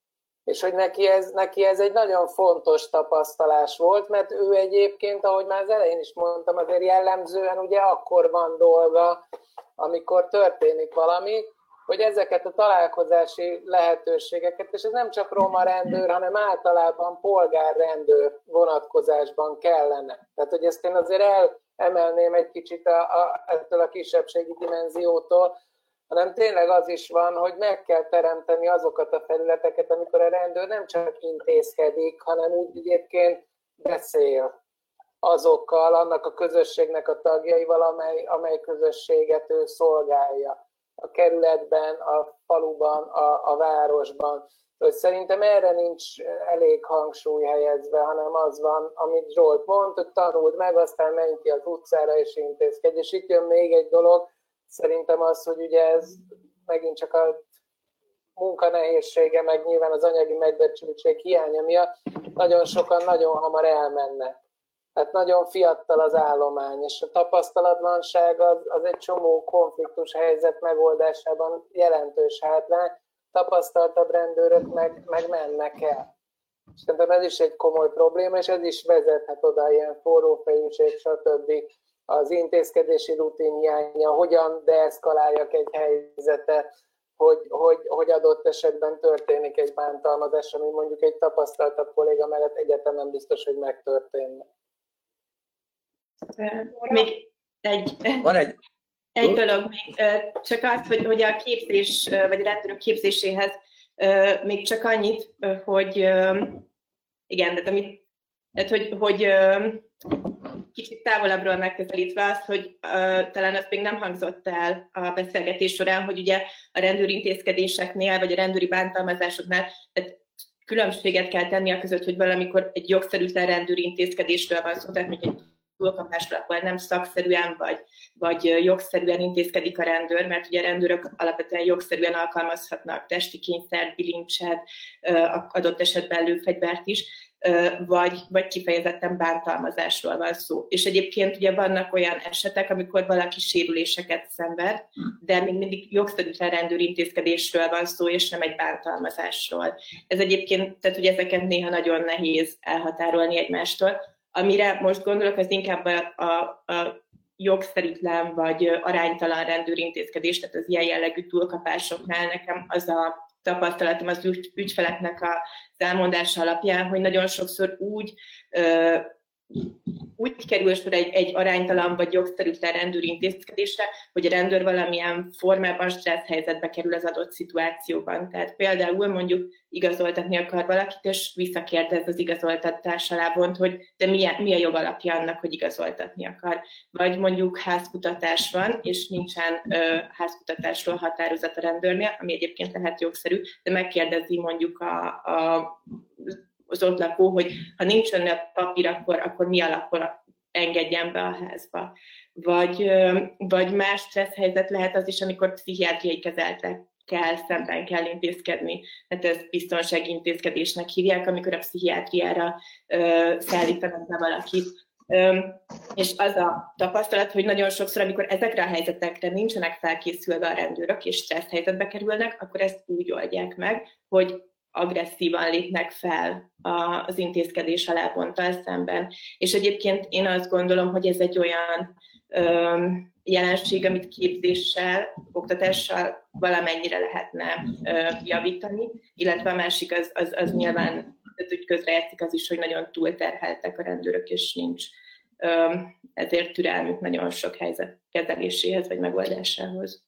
És hogy neki ez, neki ez egy nagyon fontos tapasztalás volt, mert ő egyébként, ahogy már az elején is mondtam, azért jellemzően ugye akkor van dolga, amikor történik valami, hogy ezeket a találkozási lehetőségeket, és ez nem csak roma rendőr, hanem általában polgárrendőr vonatkozásban kellene. Tehát, hogy ezt én azért elemelném egy kicsit a, a, ettől a kisebbségi dimenziótól, hanem tényleg az is van, hogy meg kell teremteni azokat a felületeket, amikor a rendőr nem csak intézkedik, hanem úgy egyébként beszél azokkal, annak a közösségnek a tagjaival, amely, amely közösséget ő szolgálja. A kerületben, a faluban, a, a városban. Hogy szerintem erre nincs elég hangsúly helyezve, hanem az van, amit Zsolt mond, hogy tanuld meg, aztán menj ki az utcára és intézkedj. És itt jön még egy dolog, szerintem az, hogy ugye ez megint csak a munkanehézsége, meg nyilván az anyagi megbecsültség hiánya miatt nagyon sokan nagyon hamar elmennek. Tehát nagyon fiatal az állomány, és a tapasztalatlanság az, az egy csomó konfliktus helyzet megoldásában jelentős hátrány, tapasztaltabb rendőrök meg, meg mennek el. Szerintem ez is egy komoly probléma, és ez is vezethet oda ilyen forrófejűség, stb. Az intézkedési rutin hiánya, hogyan deeszkaláljak egy helyzetet, hogy, hogy, hogy adott esetben történik egy bántalmazás, ami mondjuk egy tapasztaltabb kolléga mellett egyetemen biztos, hogy megtörténne. Még egy, Van egy... egy dolog, még csak az, hogy, hogy a képzés, vagy a rendőrök képzéséhez még csak annyit, hogy igen, de amit, tehát, hogy, hogy kicsit távolabbról megközelítve az, hogy talán az még nem hangzott el a beszélgetés során, hogy ugye a rendőrintézkedéseknél, vagy a rendőri bántalmazásoknál, tehát különbséget kell tenni a között, hogy valamikor egy jogszerűtlen rendőri intézkedésről van szó, tehát mondjuk egy túlkapásról, akkor nem szakszerűen vagy, vagy jogszerűen intézkedik a rendőr, mert ugye a rendőrök alapvetően jogszerűen alkalmazhatnak testi kényszert, bilincset, adott esetben lőfegyvert is, vagy, vagy kifejezetten bántalmazásról van szó. És egyébként ugye vannak olyan esetek, amikor valaki sérüléseket szenved, de még mindig jogszerűtlen rendőri intézkedésről van szó, és nem egy bántalmazásról. Ez egyébként, tehát ugye ezeket néha nagyon nehéz elhatárolni egymástól. Amire most gondolok, az inkább a, a, a jogszerűtlen vagy aránytalan rendőrintézkedés, tehát az ilyen jellegű túlkapásoknál nekem az a tapasztalatom az ügy, ügyfeleknek az elmondása alapján, hogy nagyon sokszor úgy, ö, úgy kerül sor egy, egy aránytalan vagy jogszerűtlen rendőri intézkedésre, hogy a rendőr valamilyen formában stressz helyzetbe kerül az adott szituációban. Tehát például mondjuk igazoltatni akar valakit, és visszakérdez az igazoltatás alábont, hogy de mi a, mi a jogalapja annak, hogy igazoltatni akar. Vagy mondjuk házkutatás van, és nincsen ö, házkutatásról határozat a rendőrnél, ami egyébként lehet jogszerű, de megkérdezi mondjuk a, a az ott lakó, hogy ha nincs önne papír, akkor, akkor mi alapon engedjen be a házba. Vagy, vagy más stressz helyzet lehet az is, amikor pszichiátriai kezeltekkel szemben kell intézkedni. Hát ez biztonsági intézkedésnek hívják, amikor a pszichiátriára ö, szállítanak be valakit. Ö, és az a tapasztalat, hogy nagyon sokszor, amikor ezekre a helyzetekre nincsenek felkészülve a rendőrök, és stressz helyzetbe kerülnek, akkor ezt úgy oldják meg, hogy agresszívan lépnek fel az intézkedés aláponttal szemben. És egyébként én azt gondolom, hogy ez egy olyan ö, jelenség, amit képzéssel, oktatással valamennyire lehetne ö, javítani, illetve a másik az, az, az nyilván úgy közrejátszik az is, hogy nagyon túlterheltek a rendőrök, és nincs ö, ezért türelmük nagyon sok helyzet kezeléséhez vagy megoldásához.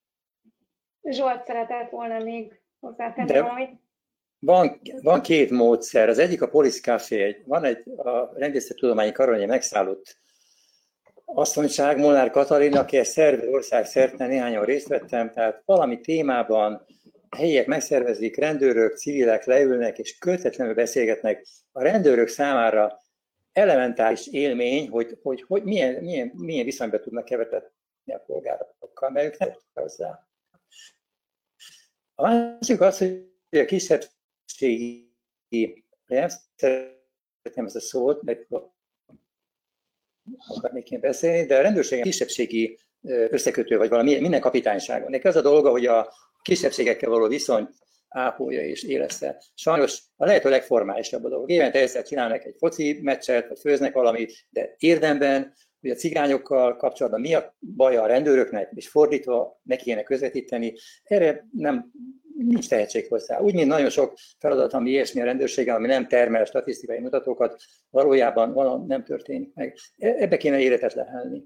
Zsolt szeretett volna még hozzátenni valamit? Van, van két módszer. Az egyik a Police Café. Van egy a rendészettudományi karon egy megszállott asszonyság, Molnár Katalin, aki ezt szervez ország szerte, néhányan részt vettem, tehát valami témában helyiek megszervezik, rendőrök, civilek leülnek és kötetlenül beszélgetnek. A rendőrök számára elementáris élmény, hogy, hogy, hogy milyen, milyen, milyen viszonyba tudnak kevetetni a polgárokkal, mert ők nem tudnak hozzá. A másik az, hogy a kisebbségi, nem szeretném ezt a szót, mert akarnék én beszélni, de a rendőrségen kisebbségi összekötő, vagy valami minden kapitányságon. Neki az a dolga, hogy a kisebbségekkel való viszony ápolja és éleszte. Sajnos a lehető legformálisabb a dolog. Évente egyszer csinálnak egy foci meccset, vagy főznek valamit, de érdemben, hogy a cigányokkal kapcsolatban mi a baj a rendőröknek, és fordítva ne kéne közvetíteni, erre nem, nincs tehetség hozzá. Úgy, mint nagyon sok feladat, ami ilyesmi a rendőrségen, ami nem termel statisztikai mutatókat, valójában valami nem történik meg. Ebbe kéne életet lehelni.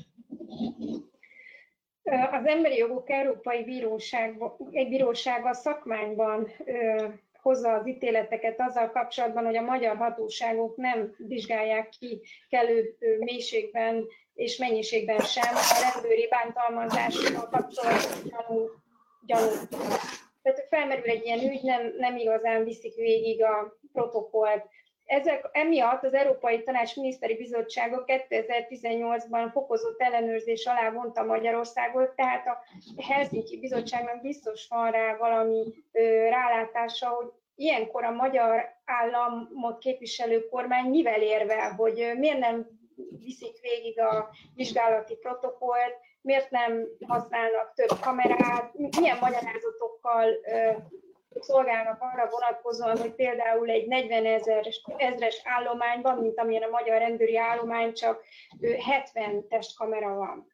Az Emberi Jogok Európai Bíróság, egy bírósága szakmányban ö, hozza az ítéleteket azzal kapcsolatban, hogy a magyar hatóságok nem vizsgálják ki kellő mélységben és mennyiségben sem a rendőri bántalmazással kapcsolatos gyanú, gyanút. Tehát felmerül egy ilyen ügy, nem, nem igazán viszik végig a protokollt. Ezek, emiatt az Európai Tanács Miniszteri Bizottsága kétezer-tizennyolcban fokozott ellenőrzés alá vonta Magyarországot, tehát a Helsinki Bizottságnak biztos van rá valami ö, rálátása, hogy ilyenkor a magyar államot képviselő kormány mivel érvel, hogy ö, miért nem viszik végig a vizsgálati protokollt, miért nem használnak több kamerát, milyen magyarázatokkal ö, szolgálnak arra vonatkozóan, hogy például egy negyven ezres állományban, mint amilyen a magyar rendőri állomány, csak hetven testkamera van.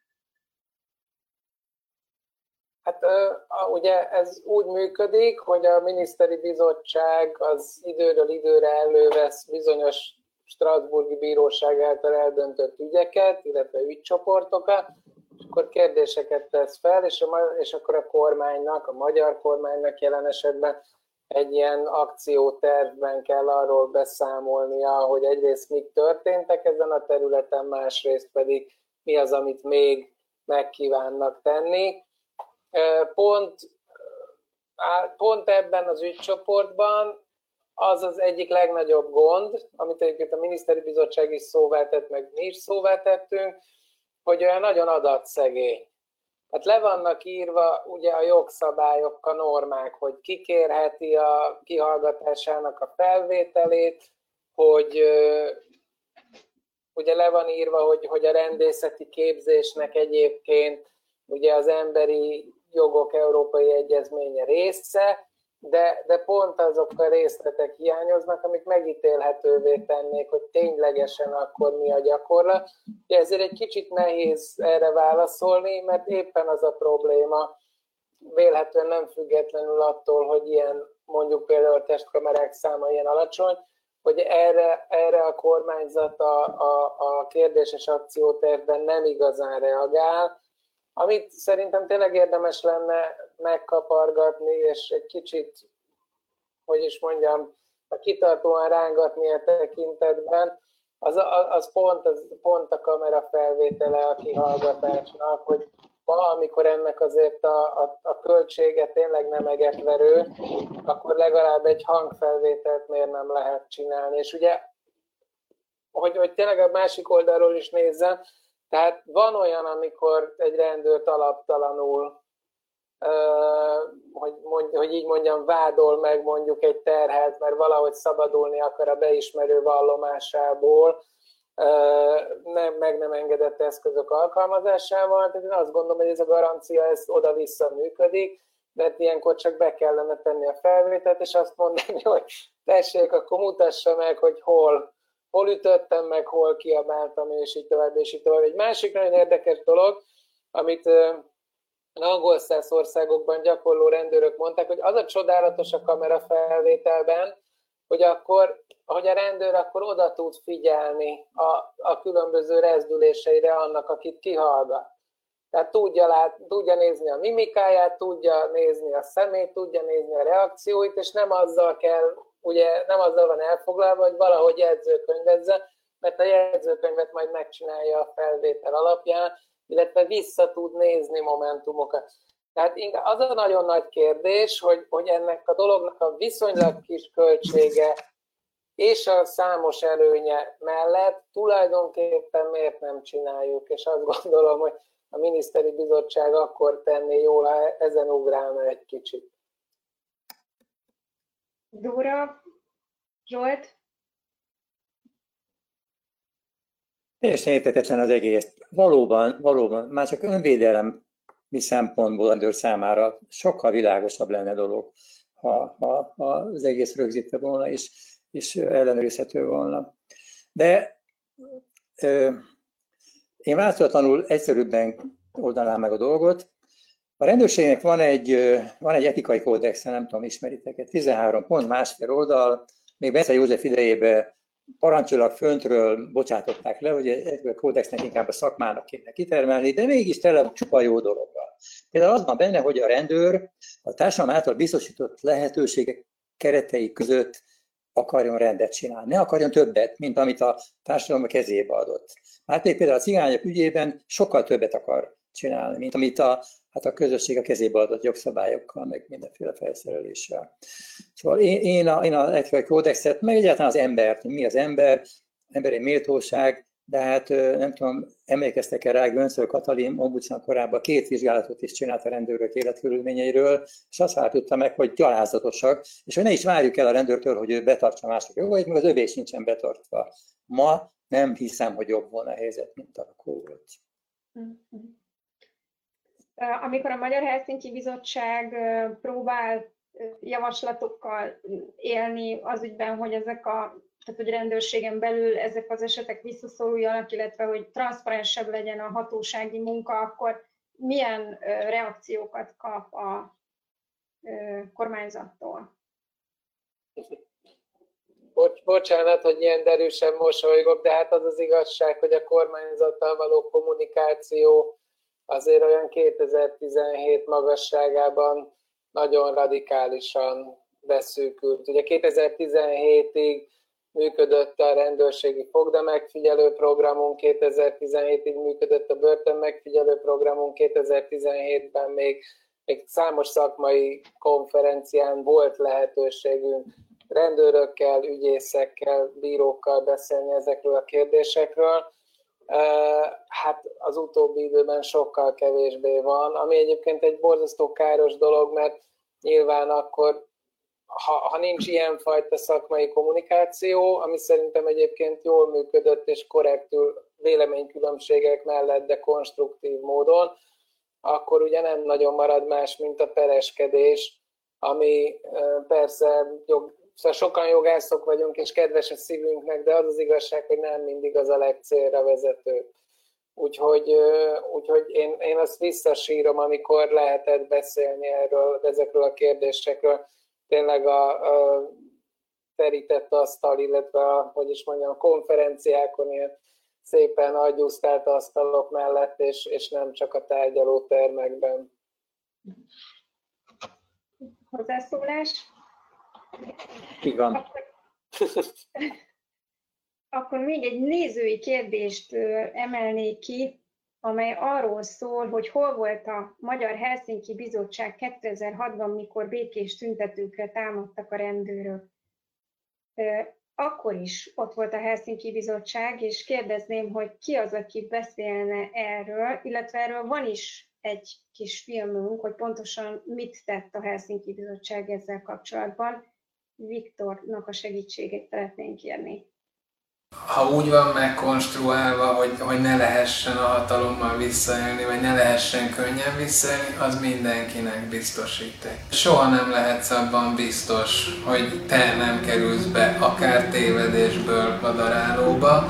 Hát ugye ez úgy működik, hogy a miniszteri bizottság az időről időre elővesz bizonyos strasbourgi bíróság által eldöntött ügyeket, illetve ügycsoportokat, és akkor kérdéseket tesz fel, és, a, és akkor a kormánynak, a magyar kormánynak jelen esetben egy ilyen akciótervben kell arról beszámolnia, hogy egyrészt mik történtek ezen a területen, másrészt pedig mi az, amit még megkívánnak tenni. Pont, pont ebben az ügycsoportban az az egyik legnagyobb gond, amit egyébként a miniszteri bizottság is szóvá tett, meg mi is szóvá tettünk, hogy olyan nagyon adatszegény. Hát le vannak írva ugye a jogszabályok, a normák, hogy ki kérheti a kihallgatásának a felvételét, hogy ugye le van írva, hogy, hogy a rendészeti képzésnek egyébként ugye az Emberi Jogok Európai Egyezménye része, de, de pont azok a részletek hiányoznak, amik megítélhetővé tennék, hogy ténylegesen akkor mi a gyakorlat. Ezért egy kicsit nehéz erre válaszolni, mert éppen az a probléma, vélhetően nem függetlenül attól, hogy ilyen mondjuk például a testkamerák száma ilyen alacsony, hogy erre, erre a kormányzat a, a, a kérdéses akciótervben nem igazán reagál, amit szerintem tényleg érdemes lenne megkapargatni, és egy kicsit, hogy is mondjam, kitartóan rángatni a tekintetben, az, az, pont, az pont a kamera felvétele a kihallgatásnak, hogy ma, amikor ennek azért a, a, a költsége tényleg nem egetverő, akkor legalább egy hangfelvételt miért nem lehet csinálni. És ugye, hogy, hogy tényleg a másik oldalról is nézzem, tehát van olyan, amikor egy rendőrt alaptalanul, hogy, mondj, hogy így mondjam, vádol meg mondjuk egy terhelt, mert valahogy szabadulni akar a beismerő vallomásából, nem, meg nem engedett eszközök alkalmazásával. Tehát én azt gondolom, hogy ez a garancia ez oda-vissza működik, de hát ilyenkor csak be kellene tenni a felvételt, és azt mondani, hogy tessék, akkor mutassa meg, hogy hol, hol ütöttem meg, hol kiabáltam, és így tovább, és így tovább. Egy másik nagyon érdekes dolog, amit angol száz országokban gyakorló rendőrök mondták, hogy az a csodálatos a kamerafelvételben, hogy akkor, hogy a rendőr akkor oda tud figyelni a, a különböző rezdüléseire annak, akit kihallgat. Tehát tudja, lát, tudja nézni a mimikáját, tudja nézni a szemét, tudja nézni a reakcióit, és nem azzal kell, ugye nem azzal van elfoglalva, hogy valahogy jegyzőkönyvezze, mert a jegyzőkönyvet majd megcsinálja a felvétel alapján, illetve vissza tud nézni momentumokat. Tehát az a nagyon nagy kérdés, hogy, hogy ennek a dolognak a viszonylag kis költsége és a számos előnye mellett tulajdonképpen miért nem csináljuk, és azt gondolom, hogy a miniszteri bizottság akkor tenné jól, ha ezen ugrálna egy kicsit. Dóra, Zsolt? Teljesen érthetetlen az egész. Valóban, valóban, már csak önvédelem mi szempontból a rendőr számára sokkal világosabb lenne dolog, ha, ha, ha az egész rögzítve volna, és, és ellenőrizhető volna. De ö, én változatlanul egyszerűbben oldanám meg a dolgot. A rendőrségnek van egy, van egy etikai kódexe, nem tudom, ismeritek, tizenhárom pont, másfél oldal, még Bence József idejében parancsolag föntről bocsátották le, hogy a kódexnek inkább a szakmának kéne kitermelni, de mégis tele csupa jó dologgal. Például az van benne, hogy a rendőr a társadalom által biztosított lehetőségek keretei között akarjon rendet csinálni, ne akarjon többet, mint amit a társadalom a kezébe adott. Hát még például a cigányok ügyében sokkal többet akar csinálni, mint amit a, hát a közösség a kezébe adott jogszabályokkal, meg mindenféle felszereléssel. Szóval én, én, a, én az etikai kódexet, meg egyáltalán az embert, mi az ember, emberi méltóság, de hát nem tudom, emlékeztek-e rá, Göncöl Katalin ombudsman korábban két vizsgálatot is csinált a rendőrök életkörülményeiről, és azt állapította meg, hogy gyalázatosak, és hogy ne is várjuk el a rendőrtől, hogy ő betartsa mások jogait, meg az övé sincsen betartva. Ma nem hiszem, hogy jobb volna a helyzet, mint akkor volt. Amikor a Magyar Helsinki Bizottság próbál javaslatokkal élni az ügyben, hogy ezek a, tehát hogy rendőrségen belül ezek az esetek visszaszoruljanak, illetve hogy transzparensebb legyen a hatósági munka, akkor milyen reakciókat kap a kormányzattól? Bocs, bocsánat, hogy ilyen derűsen mosolygok, de hát az az igazság, hogy a kormányzattal való kommunikáció azért olyan kétezer-tizenhét magasságában nagyon radikálisan beszűkült. Ugye kétezer-tizenhétig működött a rendőrségi fogda megfigyelő programunk, kétezer-tizenhétig működött a börtön megfigyelő programunk, kétezer-tizenhétben még, még számos szakmai konferencián volt lehetőségünk rendőrökkel, ügyészekkel, bírókkal beszélni ezekről a kérdésekről. Hát az utóbbi időben sokkal kevésbé van, ami egyébként egy borzasztó káros dolog, mert nyilván akkor, ha, ha nincs ilyenfajta szakmai kommunikáció, ami szerintem egyébként jól működött és korrektül véleménykülönbségek mellett, de konstruktív módon, akkor ugye nem nagyon marad más, mint a pereskedés, ami persze jog, szóval sokan jogászok vagyunk, és kedves a szívünknek, de az az igazság, hogy nem mindig az a legcélra vezető. Úgyhogy, úgyhogy én, én azt visszasírom, amikor lehetett beszélni erről, ezekről a kérdésekről. Tényleg a, a terített asztal, illetve a, hogy is mondjam, a konferenciákon ilyen szépen agyusztált asztalok mellett, és, és nem csak a tárgyalótermekben. Hozzászólás? Igen. Akkor, akkor még egy nézői kérdést emelnék ki, amely arról szól, hogy hol volt a Magyar Helsinki Bizottság kétezer-hatban, mikor békés tüntetőkre támadtak a rendőrök. Akkor is ott volt a Helsinki Bizottság, és kérdezném, hogy ki az, aki beszélne erről, illetve erről van is egy kis filmünk, hogy pontosan mit tett a Helsinki Bizottság ezzel kapcsolatban. Viktornak a segítségét szeretnénk kérni. Ha úgy van megkonstruálva, hogy, hogy ne lehessen a hatalommal visszaélni, vagy ne lehessen könnyen visszaélni, az mindenkinek biztosíték. Soha nem lehetsz abban biztos, hogy te nem kerülsz be akár tévedésből a darálóba.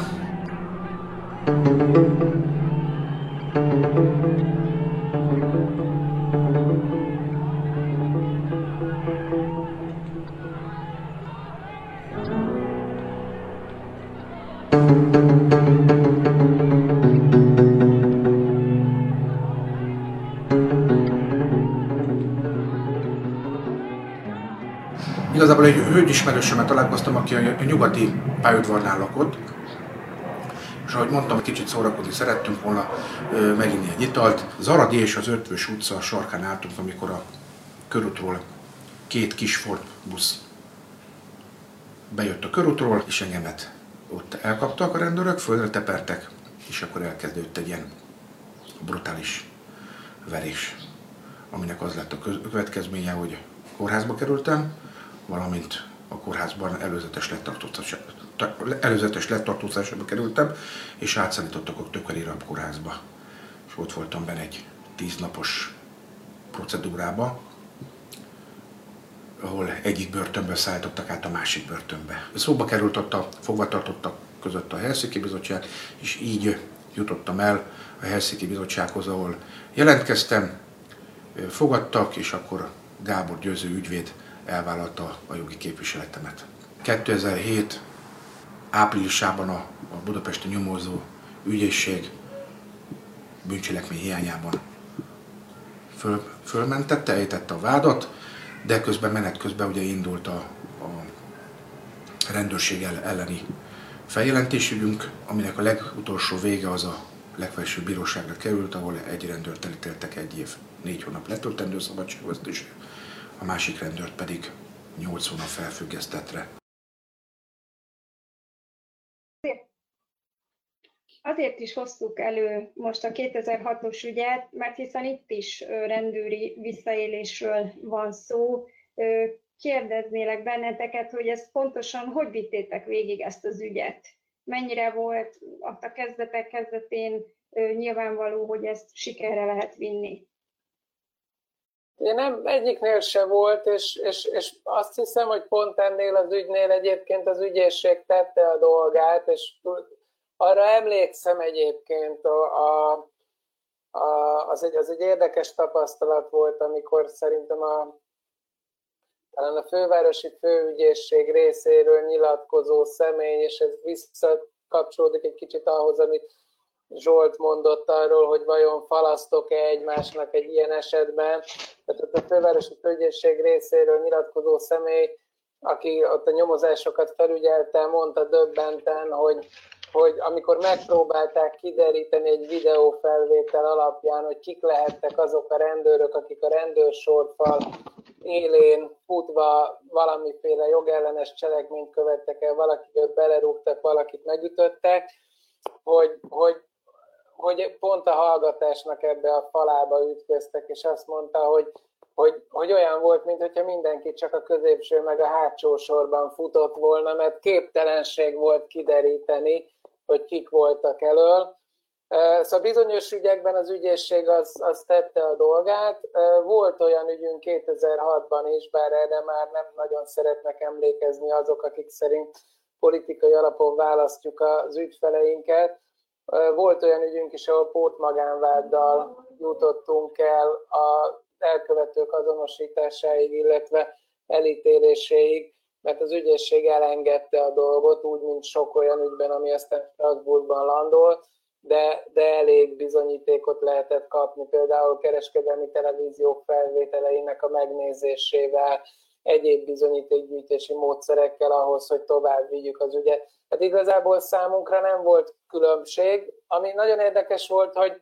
Igazából egy hölgyismerősömmel találkoztam, aki a nyugati pályaudvarnál lakott, és ahogy mondtam, kicsit szórakozni szerettünk volna, meginni egy italt. Az Aradi és az Ötvös utca sarkán álltunk, amikor a körútról két kis Ford busz bejött a körútról, és engemet ott elkaptak a rendőrök, földre tepertek, és akkor elkezdődött egy ilyen brutális verés, aminek az lett a következménye, hogy kórházba kerültem, valamint a kórházban előzetes letartóztatásba, előzetes letartóztatásba kerültem, és átszállítottak a Tököli Rampkórházba. És ott voltam benne egy tíznapos procedúrába. ahol egyik börtönből szállítottak át a másik börtönbe. Szóba került ott a fogvatartottak között a Helsinki Bizottság, és így jutottam el a Helsinki Bizottsághoz, ahol jelentkeztem, fogadtak, és akkor Gábor Győző ügyvéd elvállalta a jogi képviseletemet. kétezer-hét áprilisában a, a budapesti nyomozó ügyészség bűncselekmény hiányában föl, fölmentette, ejtette a vádat, de közben menet közben ugye indult a, a rendőrség elleni feljelentésügyünk, aminek a legutolsó vége az a legfelsőbb bíróságra került, ahol egy rendőrt elítéltek egy év, négy hónap letöltendő szabadságvesztésre, a másik rendőrt pedig nyolc hónap felfüggesztetre. Azért is hoztuk elő most a kétezer-hatos ügyet, mert hiszen itt is rendőri visszaélésről van szó. Kérdeznélek benneteket, hogy ezt pontosan hogy vittétek végig ezt az ügyet? Mennyire volt ott a kezdetek kezdetén nyilvánvaló, hogy ezt sikerre lehet vinni? Én nem, egyiknél se volt, és, és, és azt hiszem, hogy pont ennél az ügynél egyébként az ügyészség tette a dolgát, és arra emlékszem egyébként, a, a, a, az, egy, az egy érdekes tapasztalat volt, amikor szerintem a, talán a fővárosi főügyészség részéről nyilatkozó személy, és ez visszakapcsolódik egy kicsit ahhoz, amit Zsolt mondott arról, hogy vajon falasztok-e egymásnak egy ilyen esetben. Tehát a fővárosi főügyészség részéről nyilatkozó személy, aki ott a nyomozásokat felügyelte, mondta döbbenten, hogy hogy amikor megpróbálták kideríteni egy videófelvétel alapján, hogy kik lehettek azok a rendőrök, akik a rendőrsorfal élén futva valamiféle jogellenes cselekményt követtek el, valakit belerúgtak, valakit megütöttek, hogy, hogy, hogy pont a hallgatásnak ebbe a falába ütköztek, és azt mondta, hogy, hogy, hogy olyan volt, mintha mindenki csak a középső meg a hátsó sorban futott volna, mert képtelenség volt kideríteni, hogy kik voltak elől. Szóval bizonyos ügyekben az ügyészség az, az tette a dolgát. Volt olyan ügyünk kétezer-hatban is, bár erre már nem nagyon szeretnek emlékezni azok, akik szerint politikai alapon választjuk az ügyfeleinket. Volt olyan ügyünk is, ahol pótmagánváddal jutottunk el az elkövetők azonosításáig, illetve elítéléséig, mert az ügyészség elengedte a dolgot, úgy, mint sok olyan ügyben, ami aztán Strasbourgban landolt, de, de elég bizonyítékot lehetett kapni, például kereskedelmi televíziók felvételeinek a megnézésével, egyéb bizonyítékgyűjtési módszerekkel ahhoz, hogy tovább vigyük az ügyet. Tehát igazából számunkra nem volt különbség. Ami nagyon érdekes volt, hogy,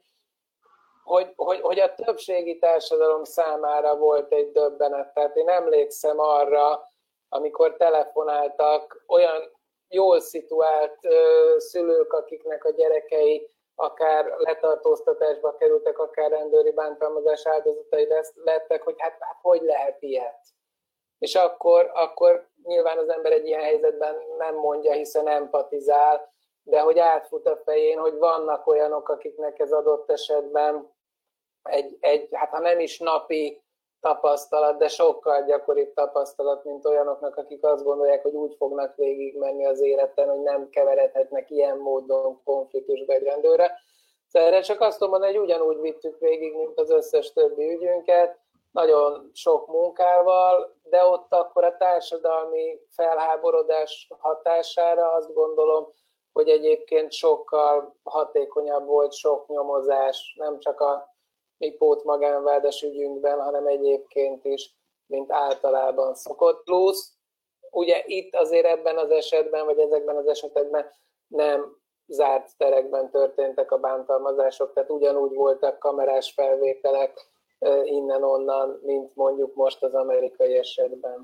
hogy, hogy, hogy a többségi társadalom számára volt egy döbbenet. Tehát én emlékszem arra, amikor telefonáltak olyan jól szituált ö, szülők, akiknek a gyerekei akár letartóztatásba kerültek, akár rendőri bántalmazás áldozatai lettek, hogy hát, hát hogy lehet ilyet. És akkor, akkor nyilván az ember egy ilyen helyzetben nem mondja, hiszen empatizál, de hogy átfut a fején, hogy vannak olyanok, akiknek ez adott esetben egy, egy hát ha nem is napi tapasztalat, de sokkal gyakoribb tapasztalat, mint olyanoknak, akik azt gondolják, hogy úgy fognak végigmenni az életen, hogy nem keveredhetnek ilyen módon konfliktusba egy rendőrre. Szóval erre csak azt tudom mondani, hogy ugyanúgy vittük végig, mint az összes többi ügyünket, nagyon sok munkával, de ott akkor a társadalmi felháborodás hatására azt gondolom, hogy egyébként sokkal hatékonyabb volt sok nyomozás, nem csak a mi pótmagánvádas ügyünkben, hanem egyébként is, mint általában szokott. Plusz, ugye itt azért ebben az esetben, vagy ezekben az esetekben nem zárt terekben történtek a bántalmazások, tehát ugyanúgy voltak kamerás felvételek innen-onnan, mint mondjuk most az amerikai esetben.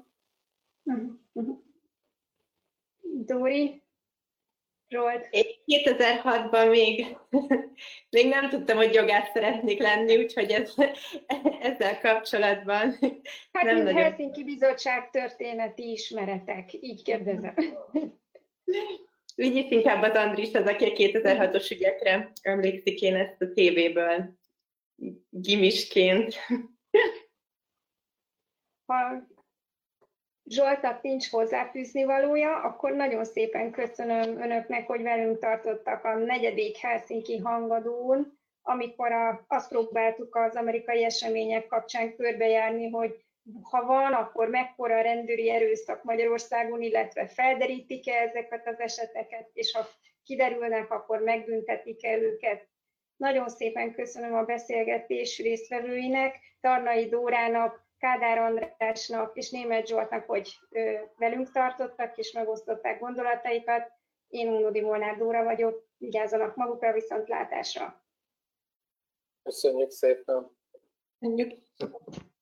Dóri? Zsolt? Én kétezer-hatban még, még nem tudtam, hogy jogász szeretnék lenni, úgyhogy ez, ezzel kapcsolatban hát nem mint nagyon... Helsinki Bizottság történeti ismeretek, így kérdezem. Úgyis inkább az Andris az, aki a kétezer-hatos ügyekre emlékszik, én ezt a tévéből gimisként. Ha Zsoltnak nincs hozzáfűzni valója, akkor nagyon szépen köszönöm önöknek, hogy velünk tartottak a negyedik Helsinki hangadón, amikor a, azt próbáltuk az amerikai események kapcsán körbejárni, hogy ha van, akkor mekkora rendőri erőszak Magyarországon, illetve felderítik-e ezeket az eseteket, és ha kiderülnek, akkor megbüntetik-e őket. Nagyon szépen köszönöm a beszélgetés résztvevőinek, Tarnai Dórának, Kádár Andrásnak és Németh Zsoltnak, hogy ö, velünk tartottak és megosztották gondolataikat. Én Unodi Molnár Dóra vagyok, vigyázzanak magukra, viszontlátásra! Köszönjük szépen! Köszönjük!